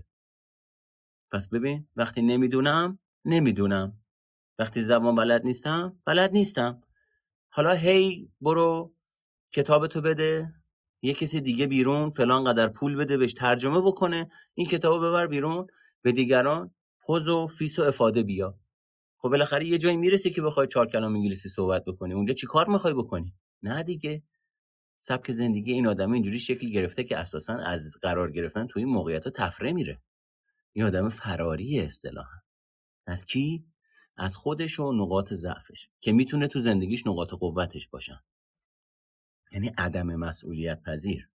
پس ببین، وقتی نمیدونم، وقتی زبان بلد نیستم. حالا هی برو کتابتو بده، یه کسی دیگه بیرون فلان قدر پول بده بهش ترجمه بکنه، این کتابو ببر بیرون به دیگران پوز و فیس و افاده بیا. خب بالاخره یه جایی میرسی که بخوای 4 کلام انگلیسی صحبت بکنی. اونجا چی کار میخوای بکنی؟ نه دیگه. سبک زندگی این آدم اینجوری شکل گرفته که اساساً از قرار گرفتن توی این موقعیت‌ها تفره میره. این آدم فراریه اصطلاحاً. از کی؟ از خودش و نقاط ضعفش که میتونه تو زندگیش نقاط قوتش باشن. یعنی عدم مسئولیت پذیر.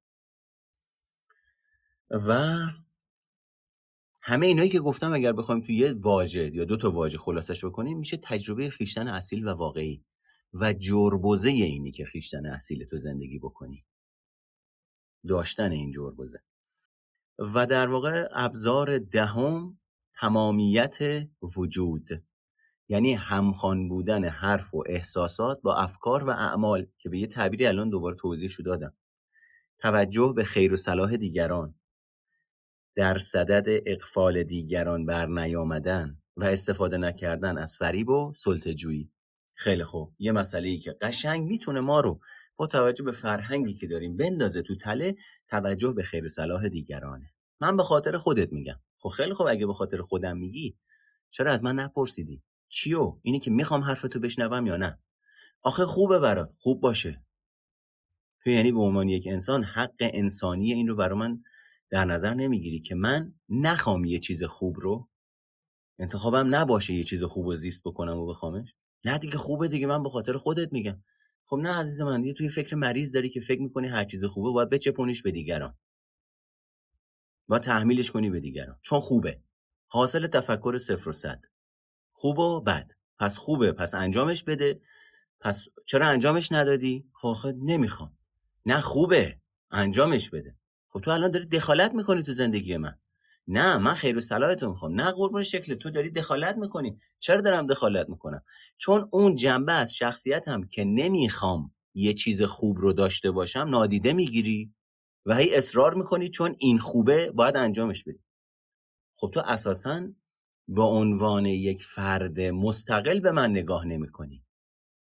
و همه اینایی که گفتم اگر بخوایم توی یه واژه یا 2 تا واژه خلاصش بکنیم، میشه تجربه خویشتن اصیل و واقعی و جربوزه اینی که خویشتن اصیل تو زندگی بکنی، داشتن این جربوزه. و در واقع ابزار دهم تمامیت وجود، یعنی همخوان بودن حرف و احساسات با افکار و اعمال که به یه تعبیری الان دوباره توضیحشو دادم. توجه به خیر و صلاح دیگران، در صدد اغفال دیگران بر نیامدن و استفاده نکردن از فریب و سلطه‌جویی. خیلی خوب، یه مسئله‌ای که قشنگ میتونه ما رو با توجه به فرهنگی که داریم بندازه تو تله، توجه به خیر و صلاح دیگرانه. من به خاطر خودت میگم. خب خیلی خوب، اگه به خاطر خودم میگی چرا از من نپرسیدی؟ چیو؟ اینی که میخوام حرفتو بشنوم یا نه؟ آخه خوبه برات، خوب باشه. تو یعنی به عنوان یک انسان حق انسانی این رو برای من در نظر نمیگیری که من نخوام یه چیز خوب رو، انتخابم نباشه یه چیز خوب رو زیست بکنم و بخوامش؟ نه دیگه، خوبه دیگه، من به خاطر خودت میگم. خب نه عزیز من، دیگه توی فکر مریض داری که فکر میکنی هر چیز خوبه باید بچپونیش به دیگران، باید تحمیلش کنی به دیگران چون خوبه. حاصل تفکر 0 و 100، خوب و بد. پس خوبه، پس انجامش بده. پس چرا انجامش ندادی؟ خب نمیخوام. نه خوبه، انجامش بده. خب تو الان داری دخالت میکنی تو زندگی من. نه، من خیر و صلاحتو میخوام. نه قربون شکل تو داری دخالت میکنی. چرا دارم دخالت میکنم؟ چون اون جنبه از شخصیتم که نمیخوام یه چیز خوب رو داشته باشم نادیده میگیری و هی اصرار میکنی چون این خوبه باید انجامش بدی. خب تو اساساً با عنوان یک فرد مستقل به من نگاه نمیکنی.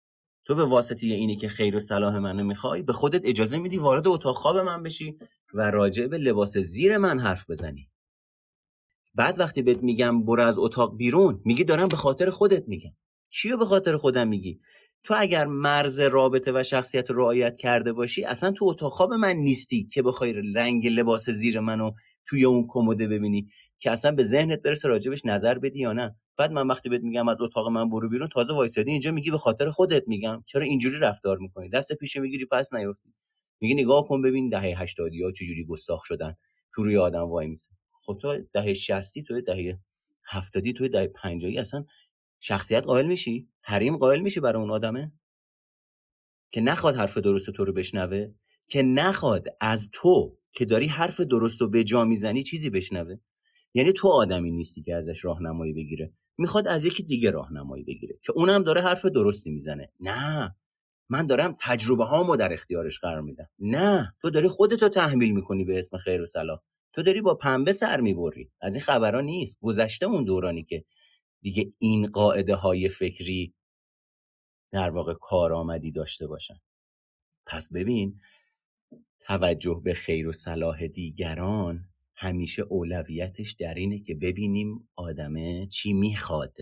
تو به واسطه اینی که خیر و صلاح منو میخوای به خودت اجازه میدی وارد اتاق خواب من بشی و راجع به لباس زیر من حرف بزنی. بعد وقتی بهت میگم برو از اتاق بیرون، میگی دارم به خاطر خودت میگم. چیو به خاطر خودم میگی؟ تو اگر مرز رابطه و شخصیت رو رعایت کرده باشی اصلا تو اتاق خواب من نیستی که بخوای رنگ لباس زیر منو توی اون کموده ببینی که اصلا به ذهنت برسه راجبش نظر بدی یا نه. بعد من وقتی بهت میگم از اتاق من برو بیرون، تازه وایسادی اینجا میگی به خاطر خودت میگم. چرا اینجوری رفتار میکنی؟ دست پیش میگیری پس نیافتی. میگی نگاه کن ببین دهه 80 چجوری گستاخ شدن، تو روی آدم وای میسن. خب تو دهه 60 تو دهه 70 تو دهه 50 اصلا شخصیت قائل میشی؟ حریم قائل میشی برای اون آدمه که نخواد حرف درست تو رو بشنوه، که نخواد از تو که داری حرف درست رو به جا میزنی چیزی بشنوه. یعنی تو آدمی نیستی که ازش راهنمایی بگیره، میخواد از یکی دیگه راهنمایی بگیره که اونم داره حرف درستی میزنه. نه، من دارم تجربه هامو در اختیارش قرار میدم. نه، تو داری خودتو تحمیل میکنی به اسم خیر و صلاح. تو داری با پنبه سر میبری. از این خبرها نیست. گذشته اون دورانی که دیگه این قاعده های فکری در واقع کارآمدی داشته باشن. پس ببین، توجه به خیر و صلاح دیگران همیشه اولویتش در اینه که ببینیم آدمه چی میخواد،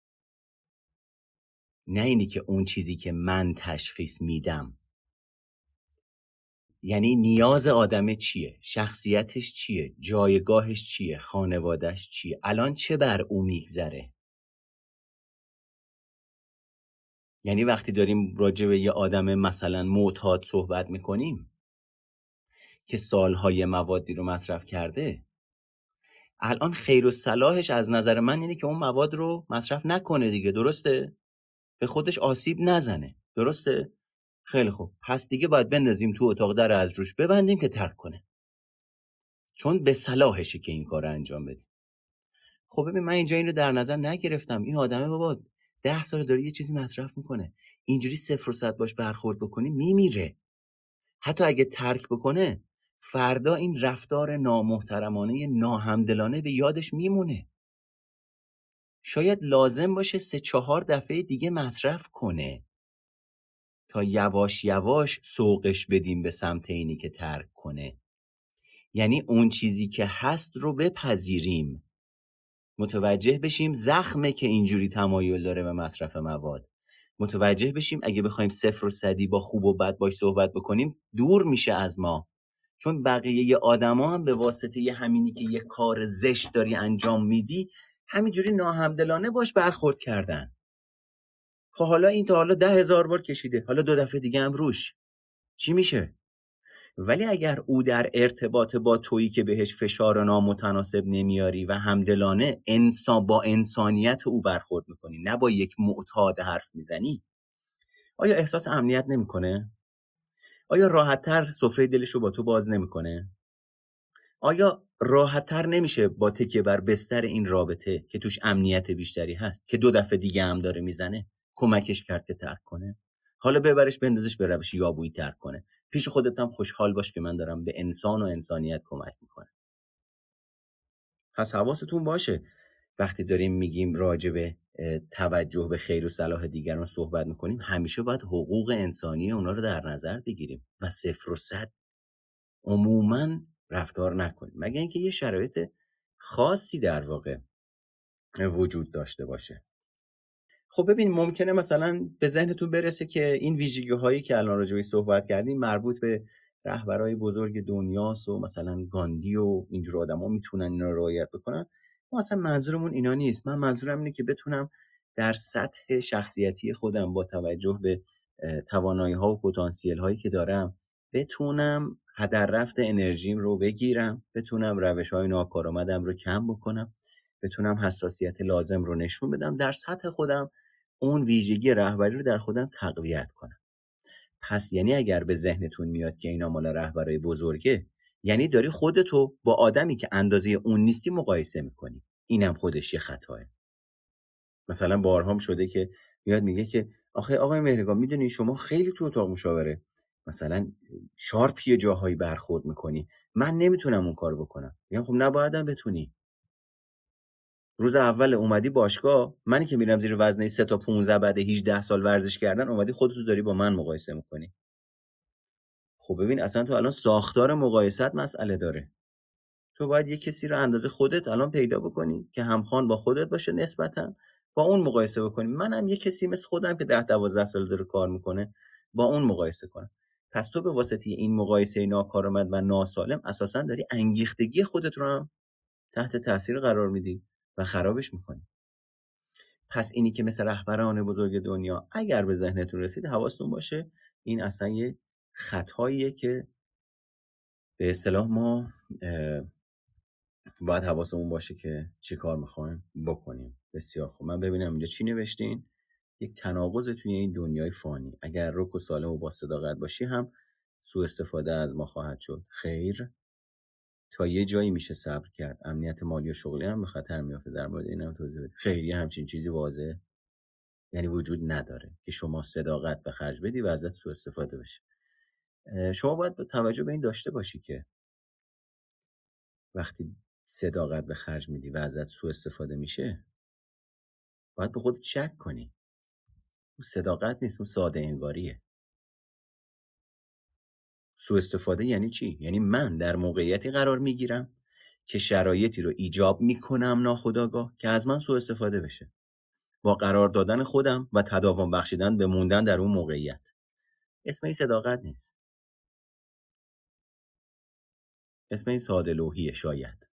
نه اینی که اون چیزی که من تشخیص میدم. یعنی نیاز آدمه چیه، شخصیتش چیه، جایگاهش چیه، خانوادهش چیه، الان چه بر او میگذره. یعنی وقتی داریم راجع به یه آدم مثلا معتاد صحبت میکنیم که سالهای موادی رو مصرف کرده، الان خیر و صلاحش از نظر من اینه که اون مواد رو مصرف نکنه دیگه. درسته؟ به خودش آسیب نزنه. درسته؟ خیلی خوب، پس دیگه باید بندازیم تو اتاق، در از روش ببندیم که ترک کنه، چون به صلاحشه که این کار رو انجام بدیم. خب ببین، من اینجا این رو در نظر نگرفتم. این آدمه بابا 10 سال داره یه چیزی مصرف میکنه، اینجوری 0 و 100 باش برخورد بکنی میمیره. حتی اگه ترک بکنه فردا این رفتار نامحترمانه ناهمدلانه به یادش میمونه. شاید لازم باشه 3-4 دفعه دیگه مصرف کنه تا یواش یواش سوقش بدیم به سمت اینی که ترک کنه. یعنی اون چیزی که هست رو بپذیریم، متوجه بشیم زخمه که اینجوری تمایل داره به مصرف مواد. متوجه بشیم اگه بخوایم 0 و 100 با خوب و بد باش صحبت بکنیم دور میشه از ما. چون بقیه آدما هم به واسطه یه همینی که یه کار زشت داری انجام میدی همینجوری ناهمدلانه باش برخورد کردن. خب حالا این تا حالا 10,000 بار کشیده، حالا 2 دفعه دیگه هم روش چی میشه؟ ولی اگر او در ارتباط با تویی که بهش فشار نامتناسب نمیاری و همدلانه با انسانیت او برخورد میکنی، نه با یک معتاد حرف میزنی، آیا احساس امنیت نمیکنه؟ آیا راحت‌تر سفره دلشو با تو باز نمیکنه؟ آیا راحت‌تر نمیشه با تکیه بر بستر این رابطه که توش امنیت بیشتری هست که 2 دفعه دیگه هم داره میزنه کمکش کرد که ترک کنه؟ حالا ببرش بندازش به روش یابویی ترک کنه. پیش خودت هم خوشحال باش که من دارم به انسان و انسانیت کمک میکنم. پس حواستون باشه وقتی داریم میگیم راجع به توجه به خیر و صلاح دیگران صحبت میکنیم همیشه باید حقوق انسانی اونا رو در نظر بگیریم و 0 و 100 عموماً رفتار نکنیم، مگر اینکه یه شرایط خاصی در واقع وجود داشته باشه. خب ببین، ممکنه مثلا به ذهنتون برسه که این ویژگی هایی که الان راجع بهش صحبت کردیم مربوط به رهبرای بزرگ دنیاست و مثلا گاندی و اینجور آدما میتونن اینا رو رعایت بکنن. ما اصلا منظورمون اینا نیست. من منظورم اینه که بتونم در سطح شخصیتی خودم با توجه به توانایی ها و پتانسیل هایی که دارم بتونم هدر رفت انرژیم رو بگیرم، بتونم روش های ناکارآمدم رو کم بکنم، بتونم حساسیت لازم رو نشون بدم، در سطح خودم اون ویژگی رهبری رو در خودم تقویت کنم. پس یعنی اگر به ذهنتون میاد که اینا مال رهبرای بزرگه، یعنی داری خودتو با آدمی که اندازه اون نیستی مقایسه میکنی. اینم خودش یه خطاه. مثلا بارهام شده که میاد میگه که آخه آقای مهرگان میدونی شما خیلی تو اتاق مشاوره مثلا شارپی جاهایی برخورد میکنی، من نمیتونم اون کار بکنم. میگم خب نبایدم بتونی. روز اول اومدی باشگاه، منی که میرم زیر وزنه 3 تا 15 بعد 18 سال ورزش کردن، اومدی خودتو داری با من مقایسه میکنی. خب ببین اصلا تو الان ساختار مقایست مسئله داره. تو باید یه کسی رو اندازه خودت الان پیدا بکنی که همخوان با خودت باشه، نسبتا با اون مقایسه بکنی. منم یه کسی مثل خودم که 10-12 سال داره کار میکنه، با اون مقایسه کنم. پس تو به واسطه این مقایسه ناکارآمد و ناسالم اساسا داری انگیختگی خودت رو هم تحت تاثیر قرار میدی و خرابش میکنی. پس اینی که مثل رهبران بزرگ دنیا اگر به ذهنتون رسید، حواستون باشه این اصلا یه خطاییه که به اصطلاح ما باید حواسمون باشه که چی کار میخوایم بکنیم. بسیار خوب، من ببینم اینجا چی نوشتین. یک تناقض توی این دنیای فانی. اگر رک و سالم و با صداقت باشی هم سوء استفاده از ما خواهد شد. خیر، تا یه جایی میشه صبر کرد. امنیت مالی و شغلی هم به خطر میافته. در مورد اینم توضیح بدید. خیلی همچین چیزی واضحه، یعنی وجود نداره که شما صداقت به خرج بدی و ازت سوء استفاده بشه. شما باید توجه به این داشته باشی که وقتی صداقت به خرج میدی و ازت سوء استفاده میشه، باید به خودت شک کنی. اون صداقت نیست، اون ساده انگاریه. سوء استفاده یعنی چی؟ یعنی من در موقعیتی قرار میگیرم که شرایطی رو ایجاب میکنم ناخودآگاه که از من سوء استفاده بشه، با قرار دادن خودم و تداوم بخشیدن به موندن در اون موقعیت. اسم این صداقت نیست، اسم این ساده لوحیه شاید.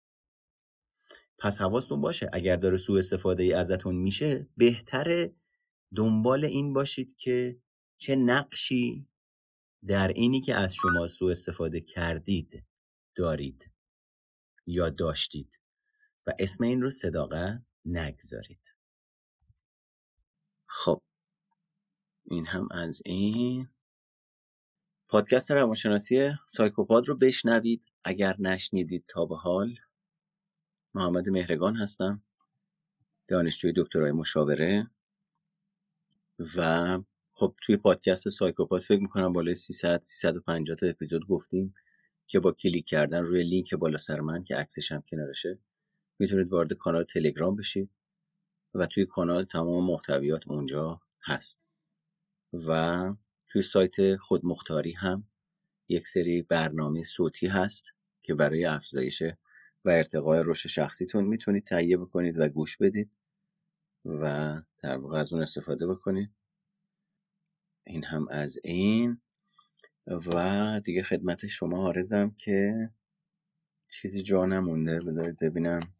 پس حواستون باشه اگر داره سوء استفاده ای ازتون میشه، بهتره دنبال این باشید که چه نقشی در اینی که از شما سوء استفاده کردید دارید یا داشتید و اسم این رو صداقت نگذارید. خب این هم از این. پادکست روانشناسی سایکوپاد رو بشنوید اگر نشنیدید تا به حال. محمد مهرگان هستم، دانشجوی دکترای مشاوره، و خب توی پادکست سایکوپاد فکر میکنم بالای 300-350 تا اپیزود گفتیم که با کلیک کردن روی لینک بالا سر من که عکسش هم کنارشه میتونید وارد کانال تلگرام بشید و توی کانال تمام محتویات اونجا هست. و توی سایت خودمختاری هم یک سری برنامه صوتی هست که برای افزایش و ارتقای رشد شخصیتون میتونید تهیه بکنید و گوش بدید و در واقع از اون استفاده بکنید. این هم از این. و دیگه خدمت شما عرضم که چیزی جا نمونده. بذارید ببینم.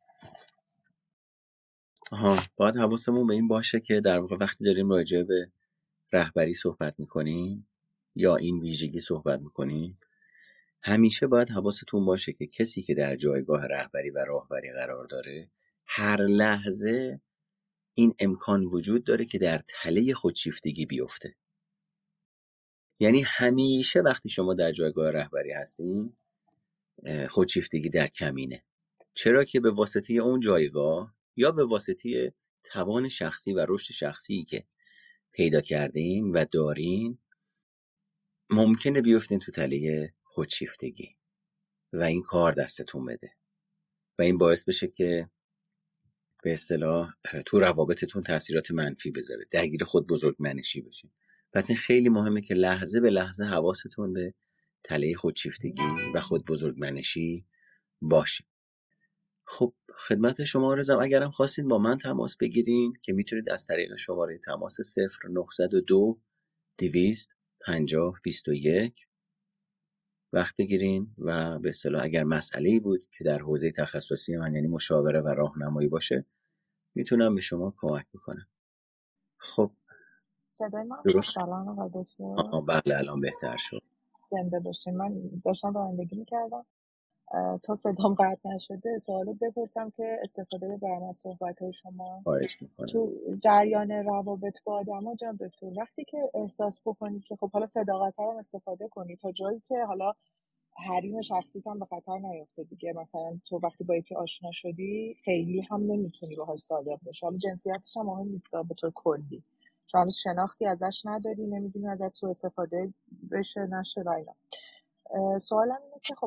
باید حواسمون به این باشه که در واقع وقتی داریم راجع به رهبری صحبت میکنیم یا این ویژگی صحبت میکنیم، همیشه باید حواستون باشه که کسی که در جایگاه رهبری و راهبری قرار داره، هر لحظه این امکان وجود داره که در تله خودشیفتگی بیفته. یعنی همیشه وقتی شما در جایگاه رهبری هستین، خودشیفتگی در کمینه. چرا که به واسطه اون جایگاه یا به واسطه توان شخصی و رشد شخصی که پیدا کردین و دارین، ممکنه بیفتین تو تله خودشیفتگی و این کار دستتون بده و این باعث بشه که به اصطلاح تو روابطتون تاثیرات منفی بذاره، درگیر خود بزرگمنشی بشین. پس این خیلی مهمه که لحظه به لحظه حواستون به تله خودشیفتگی و خود بزرگمنشی باشه. خب خدمت شما عرضم اگرم خواستید با من تماس بگیرین که میتونید از طریق شماره تماس 0902 250 21 وقت بگیرین و به اصطلاح اگر مسئله‌ای بود که در حوزه تخصصی من یعنی مشاوره و راهنمایی باشه، میتونم به شما کمک بکنم. خب صدای من درست؟ الان آقای دکتر؟ بله الان بهتر شد. زنده باشین. من داشتم رانندگی میکردم تا صدام قطع نشده سوالو بپرسم که استفاده ببرم از صحبت‌های شما. خواهش میکنم. تو جریان روابط با آدم‌ها جناب دکتر، وقتی که احساس بکنید که خب حالا صداقت هم استفاده کنید تا جایی که حالا حریم شخصیت هم به خطر نیفته دیگه، مثلا تو وقتی با یکی آشنا شدی خیلی هم نمیتونی باهاش صادق باشی، حالا جنسیتش هم مهم نیست به طور کلی، چون شناختی ازش نداری، نمیدونی ازت سوء استفاده بشه نشه و اینا. سوالم اینه که خب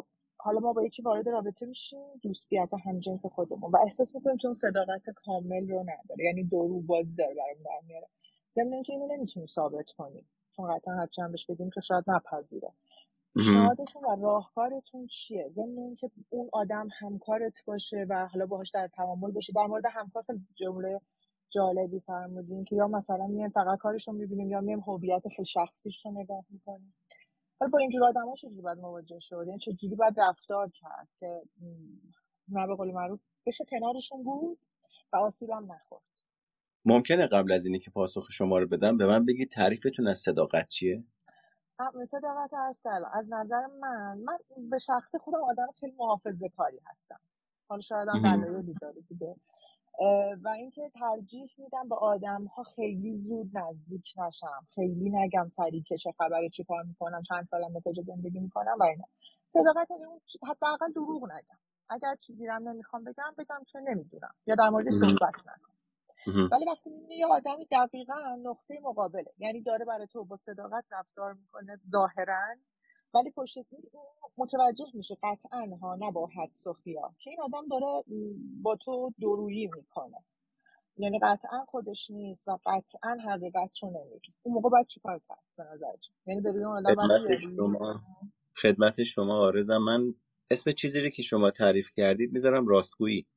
حالا ما با یکی وارد رابطه میشیم، دوستی از همجنس خودمون، و احساس میکنیم که اون صداقت کامل رو نداره، یعنی دروغ بازی داره برامون در میاره. ضمن اینکه اینو نمیتونیم ثابت کنیم، چون قطعا هرچی هم بهش بگیم که شاید نپذیره. پیشنهادتون و راهکارتون چیه؟ ضمن اینکه اون آدم همکارت باشه و حالا باهاش در تعامل باشی. در مورد همکار خیلی جمله جالبی فرمودین که یا مثلا میایم فقط کارش رو میبینیم یا میایم هویت خیلی شخصیش رو نگاه میکنیم. ولی با اینجور آدم‌ها چجوری باید مواجه شد؟ یعنی چجوری باید رفتار کرد که نه به قول معروف بشه کنارشون بود و آسیب هم نخورد؟ ممکنه قبل از اینی که پاسخ شما رو بدم به من بگید تعریفتون از صداقت چیه؟ صداقت عرض کردم از نظر من به شخص خودم آدم خیلی محافظه‌کاری هستم. حالا شاید هم دلایلی داره دیگه، و اینکه ترجیح میدم به آدم‌ها خیلی زود نزدیک نشم، خیلی نگم سریع که چه خبره، چی کار میکنم، چند سالم، کجا زندگی میکنم و اینا. صداقت یعنی اون حداقل دروغ نگم. اگر چیزی رو نمیخوام بگم که نمیدونم یا در مورد صحبت نکنم. ولی وقتی میبینی یه آدمی دقیقاً نقطه مقابله، یعنی داره برای تو با صداقت رفتار میکنه ظاهراً، ولی پشت سر متوجه میشه قطعاً نه با حدس و خیال که این آدم داره با تو دورویی میکنه، یعنی قطعاً خودش نیست و قطعاً حقیقت رو نمیگه. اون موقع باید چیکار کرد به نظرتون؟ یعنی به روی اون آدم باید بیاری؟ خدمت شما عارضم. من اسم چیزی رو که شما تعریف کردید میذارم راستگویی،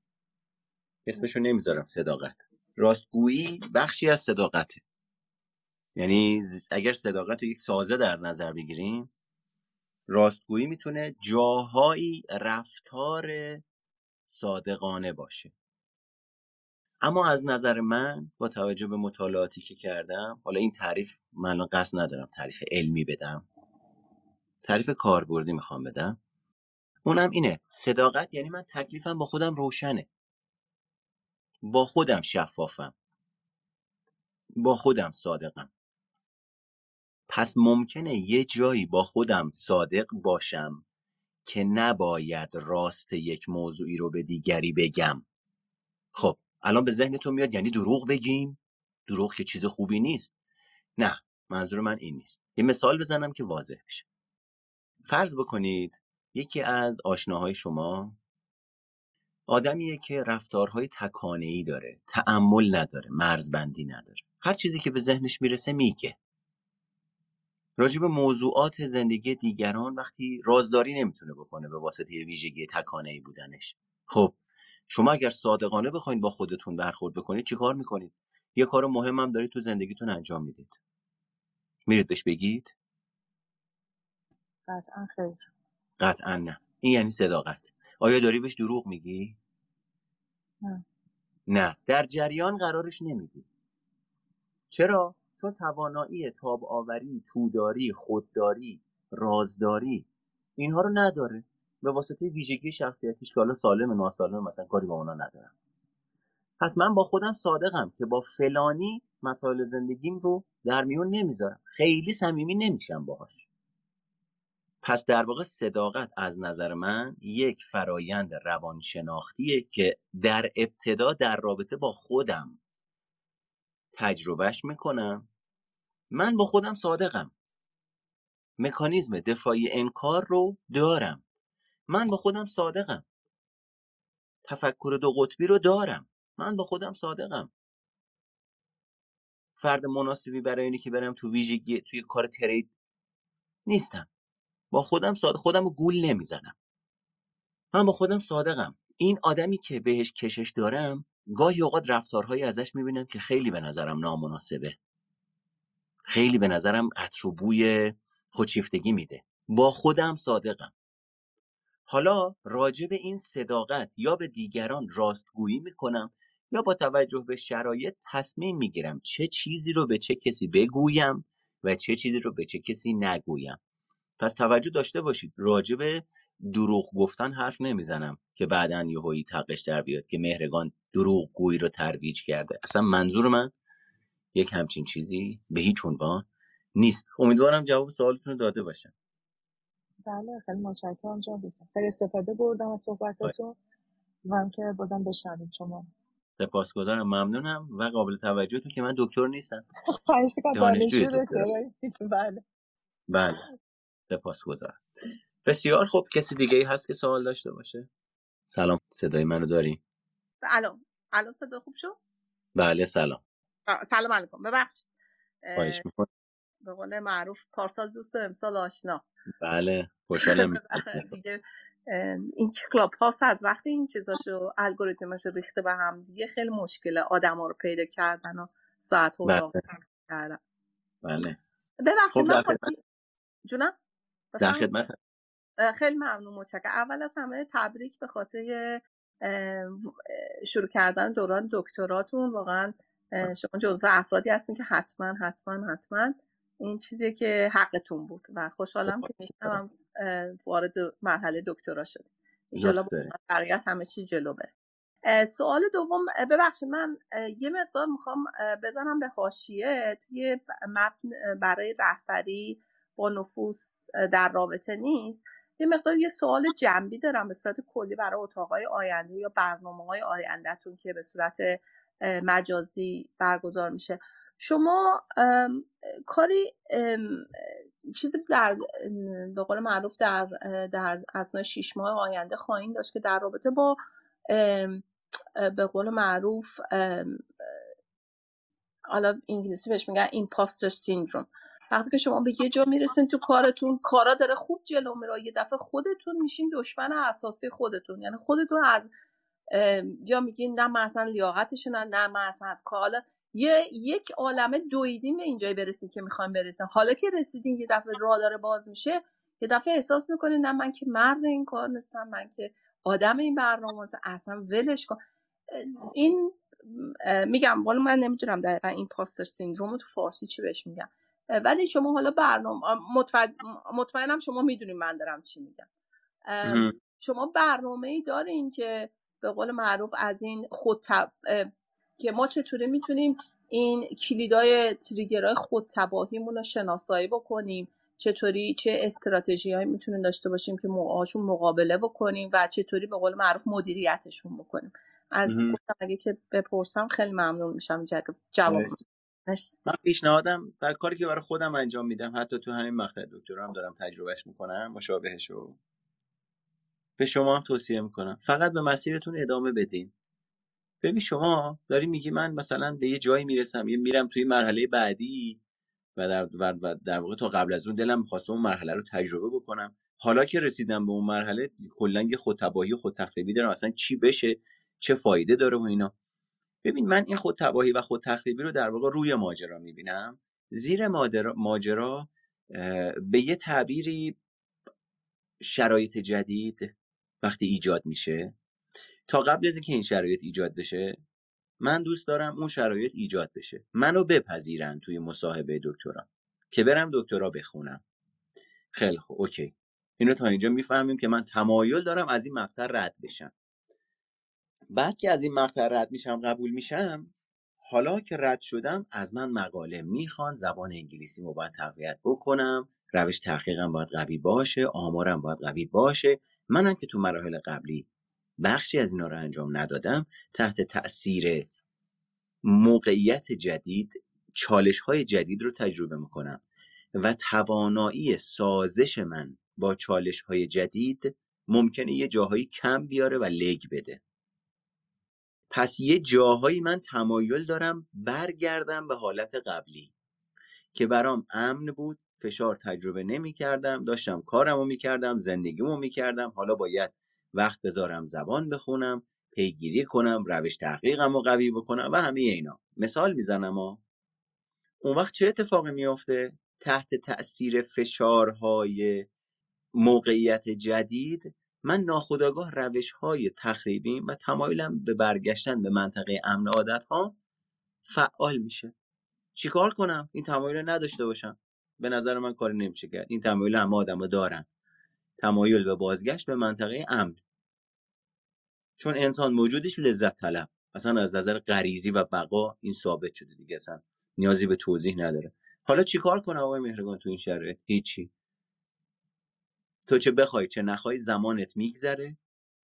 اسمشو نمیذارم صداقت. راستگویی بخشی از صداقته. یعنی اگر صداقت رو یک سازه در نظر بگیریم، راستگویی میتونه جاهایی رفتار صادقانه باشه. اما از نظر من با توجه به مطالعاتی که کردم، حالا این تعریف من قصد ندارم تعریف علمی بدم، تعریف کاربردی میخوام بدم. اونم اینه: صداقت یعنی من تکلیفم با خودم روشنه، با خودم شفافم، با خودم صادقم. پس ممکنه یه جایی با خودم صادق باشم که نباید راست یک موضوعی رو به دیگری بگم. خب الان به ذهنتون میاد یعنی دروغ بگیم؟ دروغ که چیز خوبی نیست. نه، منظور من این نیست. یه مثال بزنم که واضح بشه. فرض بکنید یکی از آشناهای شما آدمیه که رفتارهای تکانه‌ای داره، تأمل نداره، مرزبندی نداره، هر چیزی که به ذهنش میرسه میگه. راجع به موضوعات زندگی دیگران وقتی رازداری نمیتونه بکنه به واسطه ویژگی تکانه‌ای بودنش. خب شما اگر صادقانه بخواید با خودتون برخورد بکنید چیکار میکنید؟ یه کار مهم هم دارید تو زندگیتون انجام میدید، میرید بهش بگید؟ قطعا خیر. قطعا نه. این یعنی صداقت. آیا داری بهش دروغ میگی؟ نه، در جریان قرارش نمیدی. چرا؟ چون توانایی تاب آوری، توداری، خودداری، رازداری اینها رو نداره، به واسطه ویژگی شخصیتیش که حالا سالم ناسالم مثلا کاری با اونا ندارم. پس من با خودم صادقم که با فلانی مسائل زندگیم رو در میون نمیذارم، خیلی صمیمی نمیشم باهاش. پس در واقع صداقت از نظر من یک فرایند روانشناختیه که در ابتدا در رابطه با خودم تجربهش میکنم. من با خودم صادقم، مکانیزم دفاعی انکار رو دارم، من با خودم صادقم، تفکر دو قطبی رو دارم، من با خودم صادقم. فرد مناسبی برای اینی که برم تو ویژگی توی کار ترید نیستم، با خودم صادق، خودم رو گول نمیزنم، من با خودم صادقم. این آدمی که بهش کشش دارم گاهی اوقات رفتارهایی ازش میبینم که خیلی به نظرم نامناسبه، خیلی به نظرم عطر و بوی خودشیفتگی میده، با خودم صادقم. حالا راجع به این صداقت یا به دیگران راستگویی میکنم یا با توجه به شرایط تصمیم میگیرم چه چیزی رو به چه کسی بگویم و چه چیزی رو به چه کسی نگویم. پس توجه داشته باشید، راجع به دروغ گفتن حرف نمیزنم که بعداً یهویی تقش در بیاد که مهرگان دروغ گویی رو ترویج کرده. اصلا منظور من یک همچین چیزی به هیچ عنوان نیست. امیدوارم جواب سوالتون رو داده باشم. بله خیلی متشکرم جناب. خیلی استفاده بردم از صحبتاتون و هم که بازم بشنویم شما. سپاسگزارم، ممنونم و قابل توجهتون که من دکتر نیستم. خواهش می‌کنم دانشجوی دانشجو دکترم. بله بله سپاسگزارم. بسیار خوب. کسی دیگه ای هست که سوال داشته باشه؟ سلام، صدای منو داری؟ الان صدا خوب شد؟ بله سلام. سلام علیکم. ببخشید، خواهش می‌کنم. به قول معروف پارسال دوست امسال آشنا. بله خوشحالم. دیگه این کلاب هاست از وقتی این چیزاشو الگوریتماشو ریخته به هم دیگه خیلی مشکله آدما رو پیدا کردن و ساعت و اتاق کردن. بله. ببخشید من جونم در خدمت. خیلی ممنون، متشکرم. اول از همه تبریک به خاطر شروع کردن دوران دکتراتون. واقعا شما جزو افرادی هستین که حتما این چیزیه که حقتون بود و خوشحالم که میشنوم وارد مرحله دکترا شد. ان شاءالله با موفقیت همه چی جلو بره. سوال دوم، ببخشید من یه مقدار میخوام بزنم به حاشیه. توی متن برای رهبری با نفوذ در رابطه نیست، یه مقدار یه سوال جنبی دارم به صورت کلی برای اتاقای آینده یا برنامه‌های آینده‌تون که به صورت مجازی برگزار میشه. شما کاری چیزی به قول معروف در اثنای 6 ماه آینده خواهید داشت که در رابطه با به قول معروف حالا انگلیسی بهش میگن ایمپاستر سیندروم. وقتی که شما به یه جا میرسین تو کارتون، کارا داره خوب جلو میره، یه دفعه خودتون میشین دشمن اساسی خودتون. یعنی خودتون از یا میگین نه من اصلا لیاقتش نه من اصلا از کار، یک عالمه دویدین به اینجای برسین که میخوایم برسین. حالا که رسیدین یه دفعه راه داره باز میشه، یه دفعه احساس میکنین نه من که مرد این کار نیستم، من که آدم این برنامه اصلا ولش کن. این میگم والا من نمیدونم دقیقا این پاستر سیندروم تو فارسی چی بهش میگم، ولی شما حالا برنامه مطمئنم شما میدونین من دارم چی میگم. شما برنامه‌ای دارین که به قول معروف از این که ما چطوری میتونیم این کلیدای تریگرهای خودتباهیمون رو شناسایی بکنیم، چطوری چه استراتژی‌هایی میتونیم داشته باشیم که موهاشون مقابله بکنیم و چطوری به قول معروف مدیریتشون بکنیم. از اگه که بپرسم خیلی ممنون میشم جواب. من پیشنهادم برای کاری که برای خودم انجام میدم، حتی تو همین مقطع دکترا هم دارم تجربهش میکنم، مشابهشو به شما هم توصیه میکنم. فقط به مسیرتون ادامه بدین. ببین شما داری میگی من مثلا به یه جایی میرسم، یه میرم توی مرحله بعدی و در واقع تا قبل از اون دلم می‌خواست اون مرحله رو تجربه بکنم. حالا که رسیدم به اون مرحله کلا یه خودتباهی و خودتخریبی دارم، اصلا چی بشه، چه فایده داره و اینا. ببین من این خودتباهی و خودتخریبی رو در واقع روی ماجرا میبینم. زیر ماجرا به یه تعبیری شرایط جدید وقتی ایجاد میشه، تا قبل از اینکه این شرایط ایجاد بشه من دوست دارم اون شرایط ایجاد بشه، منو بپذیرن توی مصاحبه دکترا که برم دکترا بخونم. خیلی خوب، اوکی، اینو تا اینجا میفهمیم که من تمایل دارم از این مقطع رد بشم. بعد که از این مقطع رد میشم، قبول میشم، حالا که رد شدم از من مقاله میخوان، زبان انگلیسی رو باید تقویت بکنم، روش تحقیقم باید قوی باشه، آمارم باید قوی باشه. منم که تو مراحل قبلی بخشی از اینا رو انجام ندادم، تحت تأثیر موقعیت جدید چالش‌های جدید رو تجربه میکنم و توانایی سازش من با چالش‌های جدید ممکنه یه جاهایی کم بیاره و لگ بده. پس یه جاهایی من تمایل دارم برگردم به حالت قبلی که برام امن بود، فشار تجربه نمی کردم، داشتم کارمو میکردم، زندگیمو میکردم. حالا باید وقت بذارم زبان بخونم، پیگیری کنم، روش تحقیقمو قوی بکنم و همه اینا. مثال میزنم اون وقت چه اتفاقی میفته؟ تحت تأثیر فشارهای موقعیت جدید من ناخودآگاه روش‌های تخریبیم و تمایلم به برگشتن به منطقه امن عادت‌ها فعال میشه. چیکار کنم این تمایل نداشته باشم؟ به نظر من کاری نمیشه کرد. این تمایل همه آدم‌ها دارن، تمایل به بازگشت به منطقه امن، چون انسان موجودش لذت طلب، اصلا از نظر غریزی و بقا این ثابت شده دیگه، اصلا نیازی به توضیح نداره. حالا چیکار کنم آقای مهرگان تو این شرایط؟ هیچی. تو چه بخوای چه نخوای زمانت میگذره،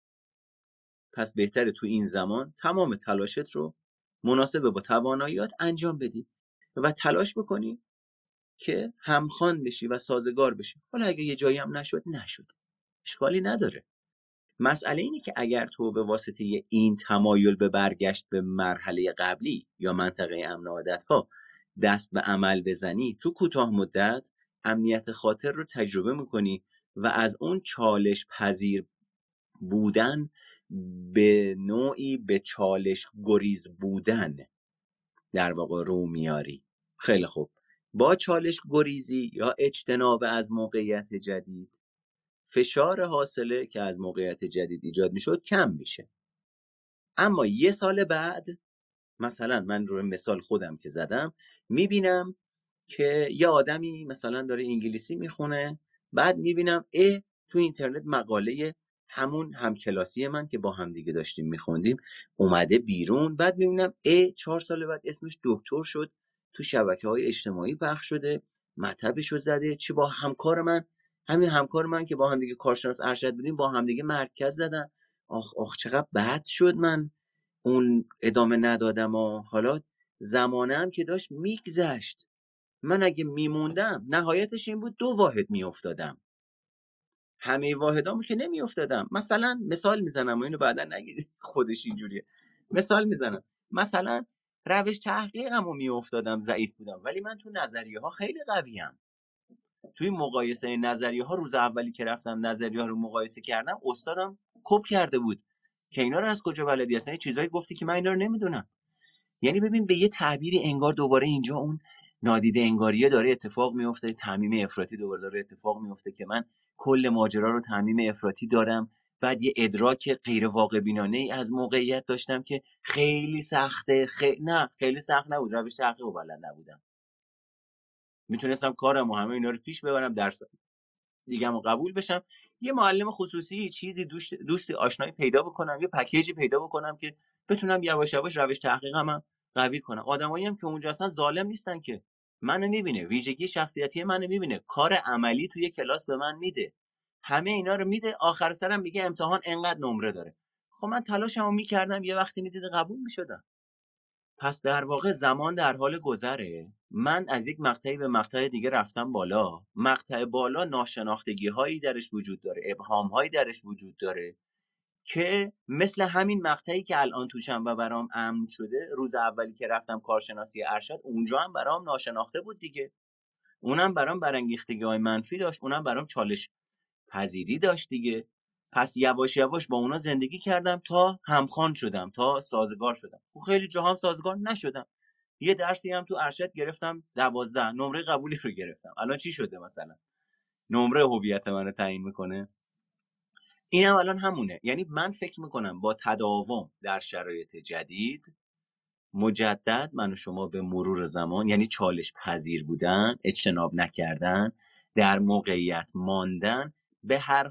پس بهتره تو این زمان تمام تلاشت رو مناسب با تواناییات انجام بدی و تلاش بکنی که همخوان بشی و سازگار بشی. حالا اگه یه جایی هم نشد، اشکالی نداره. مسئله اینه که اگر تو به واسطه این تمایل به برگشت به مرحله قبلی یا منطقه امن عادت‌ها دست به عمل بزنی، تو کوتاه مدت امنیت خاطر رو تجربه میکنی و از اون چالش پذیر بودن به نوعی به چالش گریز بودن در واقع رو میاری. خیلی خوب. با چالش گریزی یا اجتناب از موقعیت جدید، فشار حاصله که از موقعیت جدید ایجاد میشد کم میشه. اما یه سال بعد، مثلا من رو مثال خودم که زدم، میبینم که یه آدمی مثلا داره انگلیسی میخونه، بعد میبینم تو اینترنت مقاله همون همکلاسی من که با هم دیگه داشتیم میخوندیم اومده بیرون، بعد میبینم 4 سال بعد اسمش دکتر شد، تو شبکه‌های اجتماعی پخش شده، مطبشو زده، چی با همکار من، همین همکار من که با هم دیگه کارشناس ارشد بودیم با هم دیگه مرکز زدن. آخ چقدر بد شد من اون ادامه ندادم. و حالا زمانم که داشت میگذشت، من اگه میموندم نهایتش این بود 2 واحد میافتادم، همه واحدامو که نمیافتادم. مثلا مثال میزنم و اینو بعدا نگید خودش اینجوریه، مثال میزنم، مثلا روش تحقیقمو میافتادم، ضعیف بودم، ولی من تو نظریه ها خیلی قویم. توی مقایسه نظریه ها روز اولی که رفتم نظریه ها رو مقایسه کردم، استادم کپ کرده بود که اینا رو از کجا بلدی، اصلا چیزایی گفتی که من اینا رو نمیدونم. یعنی ببین به یه تعبیری انگار دوباره اینجا اون نادیده انگاریه داره اتفاق میفته، تعمیم افراطی دوباره داره اتفاق میفته که من کل ماجرا رو تعمیم افراطی دارم، بعد یه ادراک غیر واقع بینانه ای از موقعیت داشتم که خیلی سخته. نه خیلی سخت نبود، روش تحقیق رو بلد نبودم، میتونستم کارم و همه اینا رو پیش ببرم، درس دیگه رو قبول بشم، یه معلم خصوصی چیزی دوستی آشنایی پیدا بکنم، یه پکیجی پیدا بکنم که بتونم یواش یواش روش تحقیقم قوی کنم. آدمایی هم که اونجا هستن ظالم نیستن که، منو میبینه، ویژگی شخصیتی منو میبینه، کار عملی توی کلاس به من میده، همه اینا رو میده، آخر سرم میگه امتحان انقدر نمره داره. خب من تلاشمو میکردم، یه وقتی میدید قبول میشدم. پس در واقع زمان در حال گذره، من از یک مقطعی به مقطع دیگه رفتم بالا، مقطع بالا ناشناختگی هایی درش وجود داره، ابهام هایی درش وجود داره که مثل همین مقطعی که الان توشم و برام امن شده، روز اولی که رفتم کارشناسی ارشد اونجا هم برام ناشناخته بود دیگه، اونم برام برانگیختگی های منفی داشت، اونم برام چالش پذیری داشت دیگه. پس یواش یواش با اونا زندگی کردم تا همخوان شدم، تا سازگار شدم. خیلی جاها هم سازگار نشدم. یه درسی هم تو ارشد گرفتم 12، نمره قبولی رو گرفتم. الان چی شده؟ مثلا نمره هویت منو تعیین میکنه. اینم الان همونه. یعنی من فکر میکنم با تداوم در شرایط جدید، مجدد من و شما به مرور زمان، یعنی چالش پذیر بودن، اجتناب نکردن، در موقعیت ماندن، به هر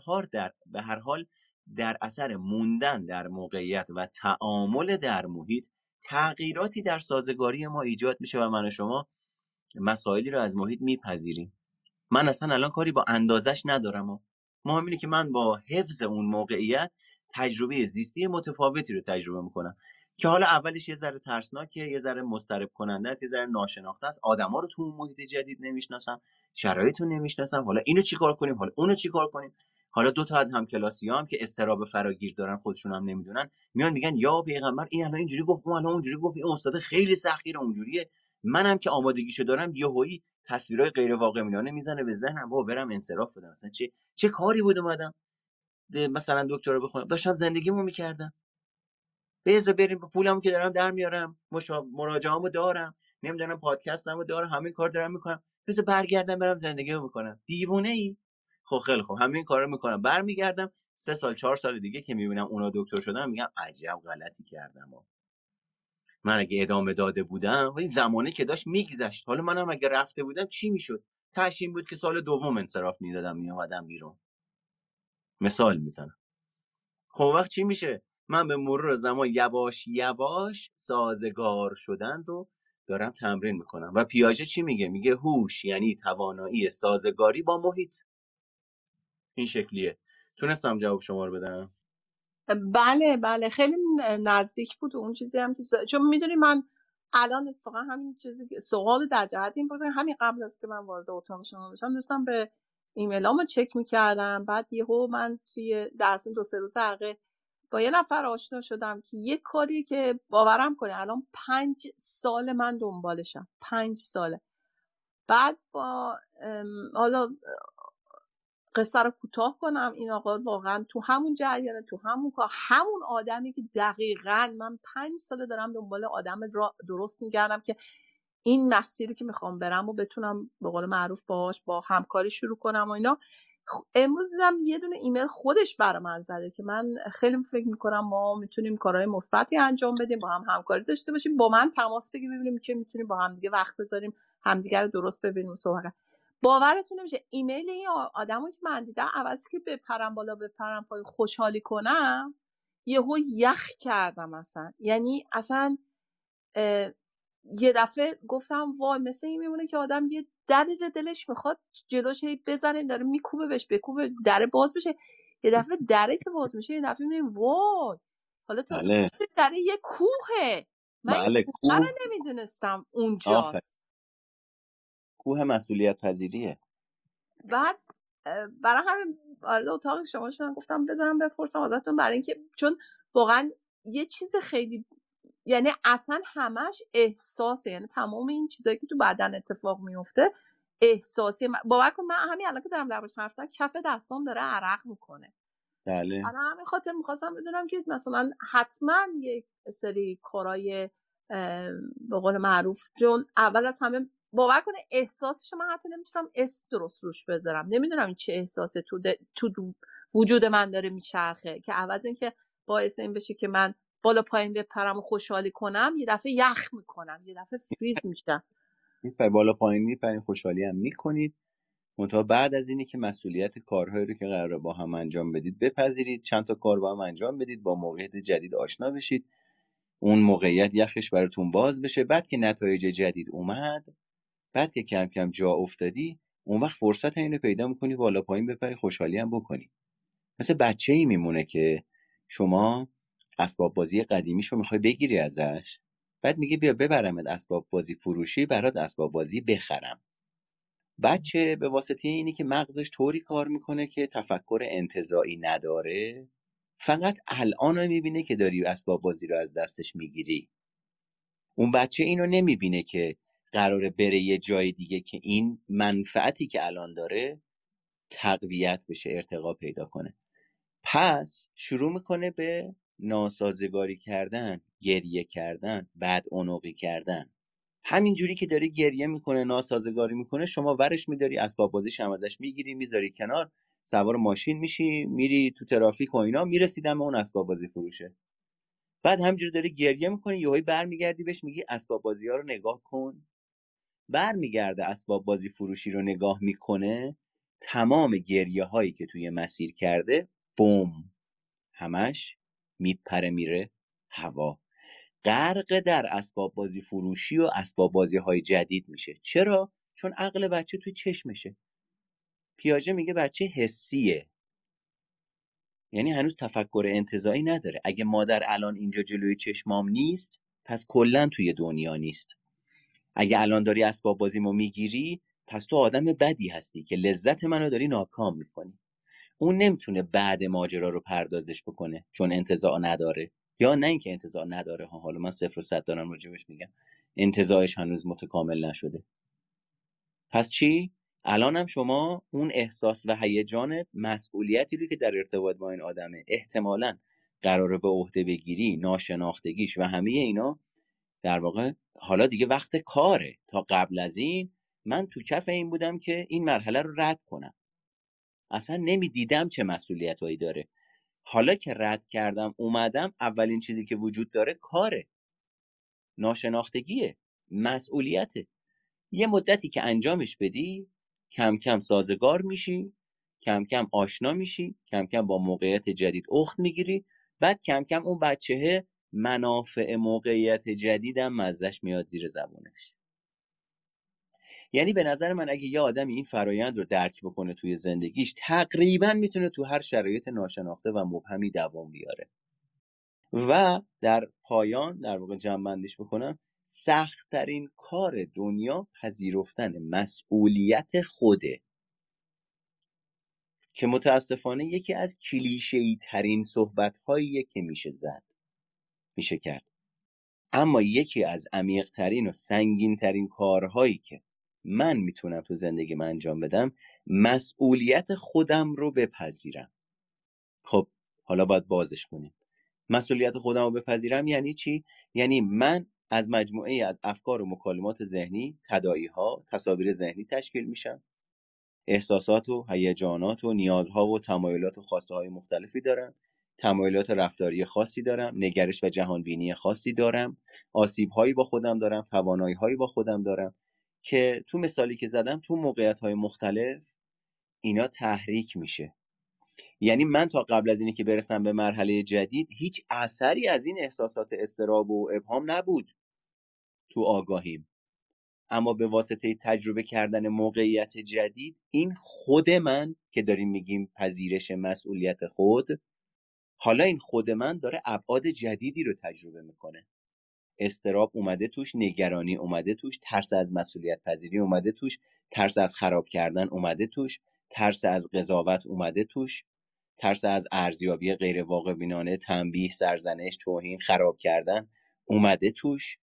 حال در اثر موندن در موقعیت و تعامل در محیط تغییراتی در سازگاری ما ایجاد میشه و من و شما مسائلی رو از محیط میپذیریم. من اصلا الان کاری با اندازش ندارم. مهم اینه که من با حفظ اون موقعیت تجربه زیستی متفاوتی رو تجربه میکنم که حالا اولش یه ذره ترسناکه، یه ذره مضطرب کننده است، یه ذره ناشناخته است، آدما رو تو اون محیط جدید نمیشناسم، شرایط رو نمیشناسم، حالا اینو چیکار کنیم، حالا اونو چیکار کنیم. حالا 2 تا از همکلاسیام که اضطراب فراگیر دارن، خودشون هم نمیدونن، میان میگن یا پیغمبر این الان اینجوری گفت، اون الان اونجوری گفت، این استاد خیلی سختگیره اونجوریه. منم که آمادگیشو دارم، یهویی تصویرای غیر واقع بینانه میزنه به ذهنم، بابا برم انصراف بدم. مثلا چه کاری بود اومدم مثلا دکترا بخونم، داشتم زندگیمو میکردم، بذار بریم پولمو که دارم در میارم، مراجعه‌امو دارم، نمیدونم پادکستمو دارم، همین کار دارم میکنم، بذار برگردم برم زندگیمو میکنم. دیوونه ای؟ خب خیلی خب همین کارا میکنم، برمیگردم 3 سال 4 سال دیگه که میبینم اونا دکتر شدن، میگم عجب غلطی کردم. من اگه ادامه داده بودم، این زمانه که داشت میگذشت، حالا منم اگه رفته بودم چی میشد؟ تاشین بود که سال دوم انصراف میدادم میومدم بیرون. مثال میزنم. خب وقت چی میشه؟ من به مرور زمان یواش یواش سازگار شدن رو دارم تمرین میکنم و پیاژه چی میگه؟ میگه هوش یعنی توانایی سازگاری با محیط. این شکلیه. تونستم جواب شما رو بدم؟ بله خیلی نزدیک بود اون چیزی هم که چون میدونی من الان اتفاقا همین چیزی سوال در جهت این بزنم، همین قبل از که من وارد اتاق شما بشم دوستم به ایمیلامو چک میکردم. بعد یهو من توی درس 2-3 روز حلقه با یه نفر آشنا شدم که یه کاری که باورم کنه الان 5 سال من دنبالشم، 5 ساله. بعد با حالا قصه رو کوتاه کنم، این آقا واقعا تو همون جریان، تو همون کار، همون آدمی که دقیقاً من 5 ساله دارم دنبال آدم را درست میگردم که این مسیری که میخوام برم و بتونم به قول معروف باهاش با همکاری شروع کنم و اینا. امروز دیدم یه دونه ایمیل خودش برای من زده که من خیلی فکر میکنم ما میتونیم کارهای مثبتی انجام بدیم، با هم همکاری داشته باشیم، با من تماس بگیر ببینیم که میتونیم با هم دیگه وقت بذاریم، همدیگه رو درست ببینیم و صحبت. باورتون نمیشه ایمیل این آدمو که من دیدم عوضی که بپرم بالا بپرم پایین خوشحالی کنم، یهو یخ کردم اصلا. یعنی اصلا یه دفعه گفتم وای، مثل این میمونه که آدم یه دری دلش میخواد جلوش بزنه، داره میکوبه بهش، بکوبه در باز بشه، یه دفعه دره که باز میشه یه دفعه میبینیم وای حالا تازه بله در یه کوهه، من این بله، کوه رو کوه. نمیدونستم آفرین، اونجاست. کوه مسئولیت پذیریه. بعد برای همین وارد اتاق شما شدم، گفتم بذارم بپرسم ازتون، برای اینکه چون واقعا یه چیز خیلی، یعنی اصلا همش احساسه، یعنی تمام این چیزایی که تو بدن اتفاق میفته احساسی. باور کن من همین الان که دارم دربارش حرف میزنم کف دستام داره عرق میکنه. بله انا همین خاطر میخواستم بدونم که مثلا حتما یک سری کارهای به قول معروف، چون اول از همه باور کنه احساسشو من حتی نمیتونم اسم درست روش بذارم، نمیدونم این چه احساسی تو وجود من داره میچرخه که عوض اینکه باعث این بشه که من بالا پایین بپرم و خوشحالی کنم، یه دفعه یخ میکنم، یه دفعه فریز میشم. میپری بالا پایین، میپرین، خوشحالی هم میکنید. منتها بعد از اینی که مسئولیت کارهایی رو که قراره با هم انجام بدید بپذیرید، چند تا کار با هم انجام بدید، با موقعیت جدید آشنا بشید، اون موقعیت یخش براتون باز بشه. بعد که نتایج جدید اومد، بعد که کم کم جا افتادی، اون وقت فرصت اینو پیدا میکنی بالا پایین بپری، خوشحالی هم بکنی. مثل بچه‌ای میمونه که شما اسباب بازی قدیمیشو میخوای بگیری ازش، بعد میگه بیا ببرمت اسباب بازی فروشی برات اسباب بازی بخرم. بچه به واسطه اینی که مغزش طوری کار میکنه که تفکر انتزاعی نداره، فقط الان رو میبینه که داری اسباب بازی رو از دستش میگیری. اون بچه اینو نمیبینه که قراره بره یه جای دیگه که این منفعتی که الان داره تقویت بشه، ارتقا پیدا کنه. پس شروع میکنه به ناسازگاری کردن، گریه کردن، بدعنقی کردن. همینجوری که داره گریه میکنه، ناسازگاری میکنه، شما ورش میداری، اسباب بازیش هم ازش میگیری، میذاری کنار، سوار ماشین میشی، میری تو ترافیک و اینا، میرسیدم به اون اسباب بازی فروشه. بعد همینجوری داره گریه میکنه، یهویی برمیگردی بهش میگی اسباب بازی ها رو نگاه کن. برمیگرده اسباب بازی فروشی رو نگاه میکنه، تمام گریه هایی که توی مسیر کرده بوم همش میپره میره هوا، غرق در اسباب بازی فروشی و اسباب بازی های جدید میشه. چرا؟ چون عقل بچه توی چشمشه. پیاژه میگه بچه حسیه، یعنی هنوز تفکر انتزاعی نداره. اگه مادر الان اینجا جلوی چشمام نیست، پس کلا توی دنیا نیست. اگه الان داری اسباب بازیمو میگیری، پس تو آدم بدی هستی که لذت منو داری ناکام میکنی. اون نمیتونه بعد ماجرا رو پردازش بکنه چون انتزاع نداره، یا نه اینکه انتزاع نداره ها، حالا من 0 و 100 دارم راجبش میگم، انتزاعش هنوز متکامل نشده. پس چی؟ الانم شما اون احساس و هیجان مسئولیتی رو که در ارتباط با این آدمه احتمالاً قراره به عهده بگیری، ناشناختگیش و همه اینا، در واقع حالا دیگه وقت کاره. تا قبل از این من تو کف این بودم که این مرحله رو رد کنم، اصلا نمیدیدم چه مسئولیتایی داره. حالا که رد کردم اومدم، اولین چیزی که وجود داره کاره، ناشناختگیه، مسئولیته. یه مدتی که انجامش بدی، کم کم سازگار میشی، کم کم آشنا میشی، کم کم با موقعیت جدید اخت میگیری، بعد کم کم اون بچهه منافع موقعیت جدیدم مزدش میاد زیر زبونش. یعنی به نظر من اگه یه آدمی این فرایند رو درک بکنه توی زندگیش، تقریبا میتونه تو هر شرایط ناشناخته و مبهمی دوام بیاره. و در پایان در واقع جمع‌بندیش بکنم، سخت‌ترین کار دنیا پذیرفتن مسئولیت خوده. که متاسفانه یکی از کلیشه‌ای ترین صحبت‌هاییه که میشه کرد. اما یکی از عمیق ترین و سنگین ترین کارهایی که من میتونم تو زندگیم انجام بدم مسئولیت خودم رو بپذیرم. خب حالا باید بازش کنیم. مسئولیت خودم رو بپذیرم یعنی چی؟ یعنی من از مجموعه از افکار و مکالمات ذهنی، تداعی‌ها، تصاویر ذهنی تشکیل میشم. احساسات و هیجانات و نیازها و تمایلات و خواسته‌های مختلفی دارم. تمایلات رفتاری خاصی دارم، نگرش و جهانبینی خاصی دارم، آسیب‌هایی با خودم دارم، توانایی‌هایی با خودم دارم که تو مثالی که زدم تو موقعیت‌های مختلف اینا تحریک میشه. یعنی من تا قبل از اینی که برسم به مرحله جدید هیچ اثری از این احساسات اضطراب و ابهام نبود تو آگاهیم، اما به واسطه تجربه کردن موقعیت جدید این خود من که داریم میگیم پذیرش مسئولیت خود، حالا این خود من داره ابعاد جدیدی رو تجربه میکنه. اضطراب اومده توش، نگرانی اومده توش، ترس از مسئولیت پذیری اومده توش، ترس از خراب کردن اومده توش، ترس از قضاوت اومده توش، ترس از ارزیابی غیر واقع بینانه، تنبیه، سرزنش، توهین، خراب کردن اومده توش.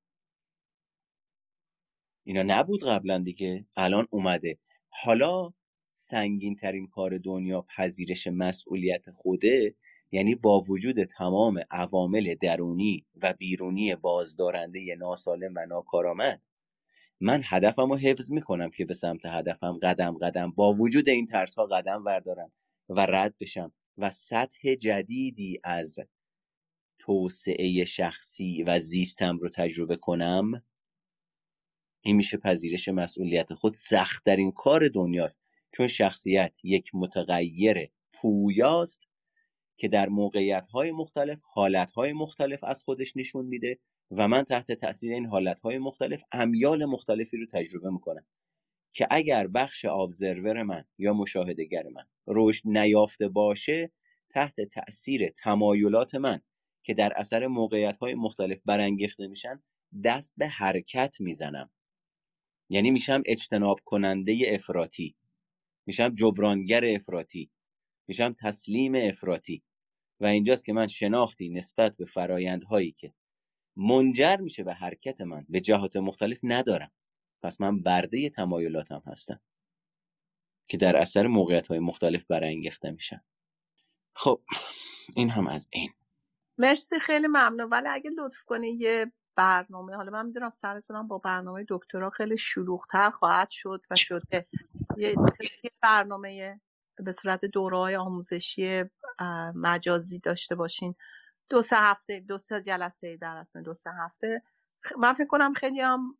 اینا نبود قبلا دیگه، الان اومده. حالا سنگین ترین کار دنیا پذیرش مسئولیت خوده، یعنی با وجود تمام عوامل درونی و بیرونی بازدارنده ناسالم و ناکارآمد من هدفم رو حفظ میکنم که به سمت هدفم قدم با وجود این ترس ها قدم بردارم و رد بشم و سطح جدیدی از توسعه شخصی و زیستم رو تجربه کنم. این میشه پذیرش مسئولیت خود. سخت‌ترین کار دنیاست، چون شخصیت یک متغیر پویاست که در موقعیت‌های مختلف حالت‌های مختلف از خودش نشون میده و من تحت تأثیر این حالت‌های مختلف امیال مختلفی رو تجربه میکنم که اگر بخش ابزرور من یا مشاهده‌گر من رشد نیافته باشه، تحت تأثیر تمایلات من که در اثر موقعیت‌های مختلف برانگیخته میشن دست به حرکت میزنم. یعنی میشم اجتناب کننده افراطی، میشم جبرانگر افراطی، میشم تسلیم افراطی. و اینجاست که من شناختی نسبت به فرایندهایی که منجر میشه به حرکت من به جهات مختلف ندارم. پس من برده تمایلاتم هستم که در اثر موقعیت‌های مختلف برانگیخته میشن. خب این هم از این. مرسی، خیلی ممنون. ولی اگه لطف کنی یه برنامه، حالا من میدونم سرتونم با برنامه دکترا خیلی شلوغ‌تر خواهد شد و شده، یه برنامه به صورت دوره‌های آموزشی مجازی داشته باشین، 2-3 هفته، 2-3 جلسه در اصل 2-3 هفته. من فکر کنم خیلی هم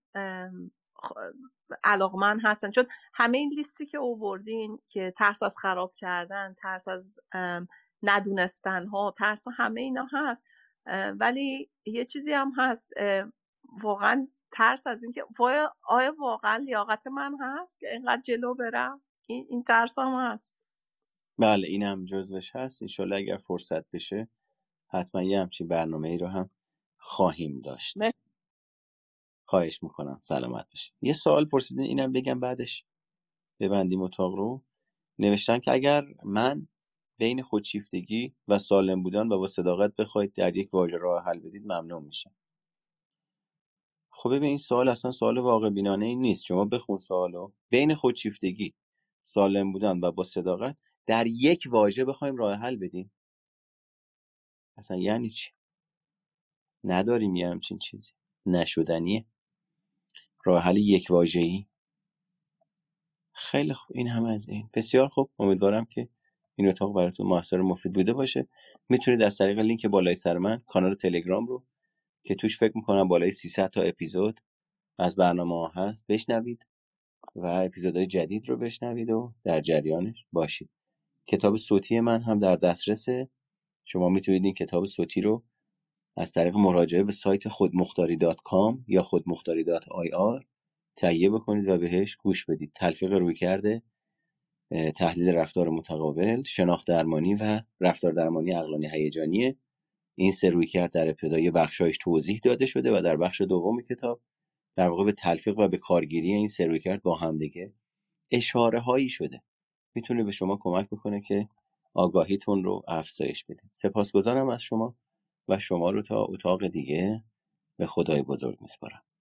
علاقمند هستن، چون همه این لیستی که آوردین که ترس از خراب کردن، ترس از ندونستن ها، ترس همه اینا هست، ولی یه چیزی هم هست، واقعا ترس از این که آیا واقعا لیاقت من هست که اینقدر جلو برم. این ترس هم هست. بله این هم جزوش هست. انشالله اگر فرصت بشه حتما یه همچین برنامه ای رو هم خواهیم داشت. خواهش میکنم. سلامت باشید. یه سوال پرسیدین اینم بگم بعدش ببندیم اتاق رو. نوشتن که اگر من بین خودشیفتگی و سالم بودن و با صداقت بخواید در یک واژه راه حل بدید ممنون میشم. خب ببین این سوال اصلا سوال واقع بینانه ای نیست. شما بخون سوالو. بین خودشیفتگی، سالم بودن و با صداقت در یک واژه بخوایم راه حل بدیم، اصلا یعنی چی؟ نداریم یه همچین چیزی. نشدنیه. راه حل یک واژه‌ای. خیلی خوب. این همه از این. بسیار خوب. امیدوارم که این اتاق براتون موثر و مفید بوده باشه. میتونید از طریق لینک بالای سر من کانال تلگرام رو که توش فکر میکنم بالای 300 تا اپیزود از برنامه ها هست بشنوید و اپیزودهای جدید رو بشنوید و در جریانش باشید. کتاب صوتی من هم در دسترسه. شما میتونید این کتاب صوتی رو از طریق مراجعه به سایت خودمختاری.com یا خودمختاری.ir تهیه بکنید و بهش گوش بدید. تلفیق رویکرد تحلیل رفتار متقابل، شناخت درمانی و رفتار درمانی عقلانی هیجانیه. این سه رویکرد در ابتدای بخشایش توضیح داده شده و در بخش دوم کتاب در واقع به تلفیق و به کارگیری این سه رویکرد با هم دیگه اشاره هایی شده. میتونه به شما کمک بکنه که آگاهیتون رو افزایش بدید. سپاسگزارم از شما و شما رو تا اتاق دیگه به خدای بزرگ میسپارم.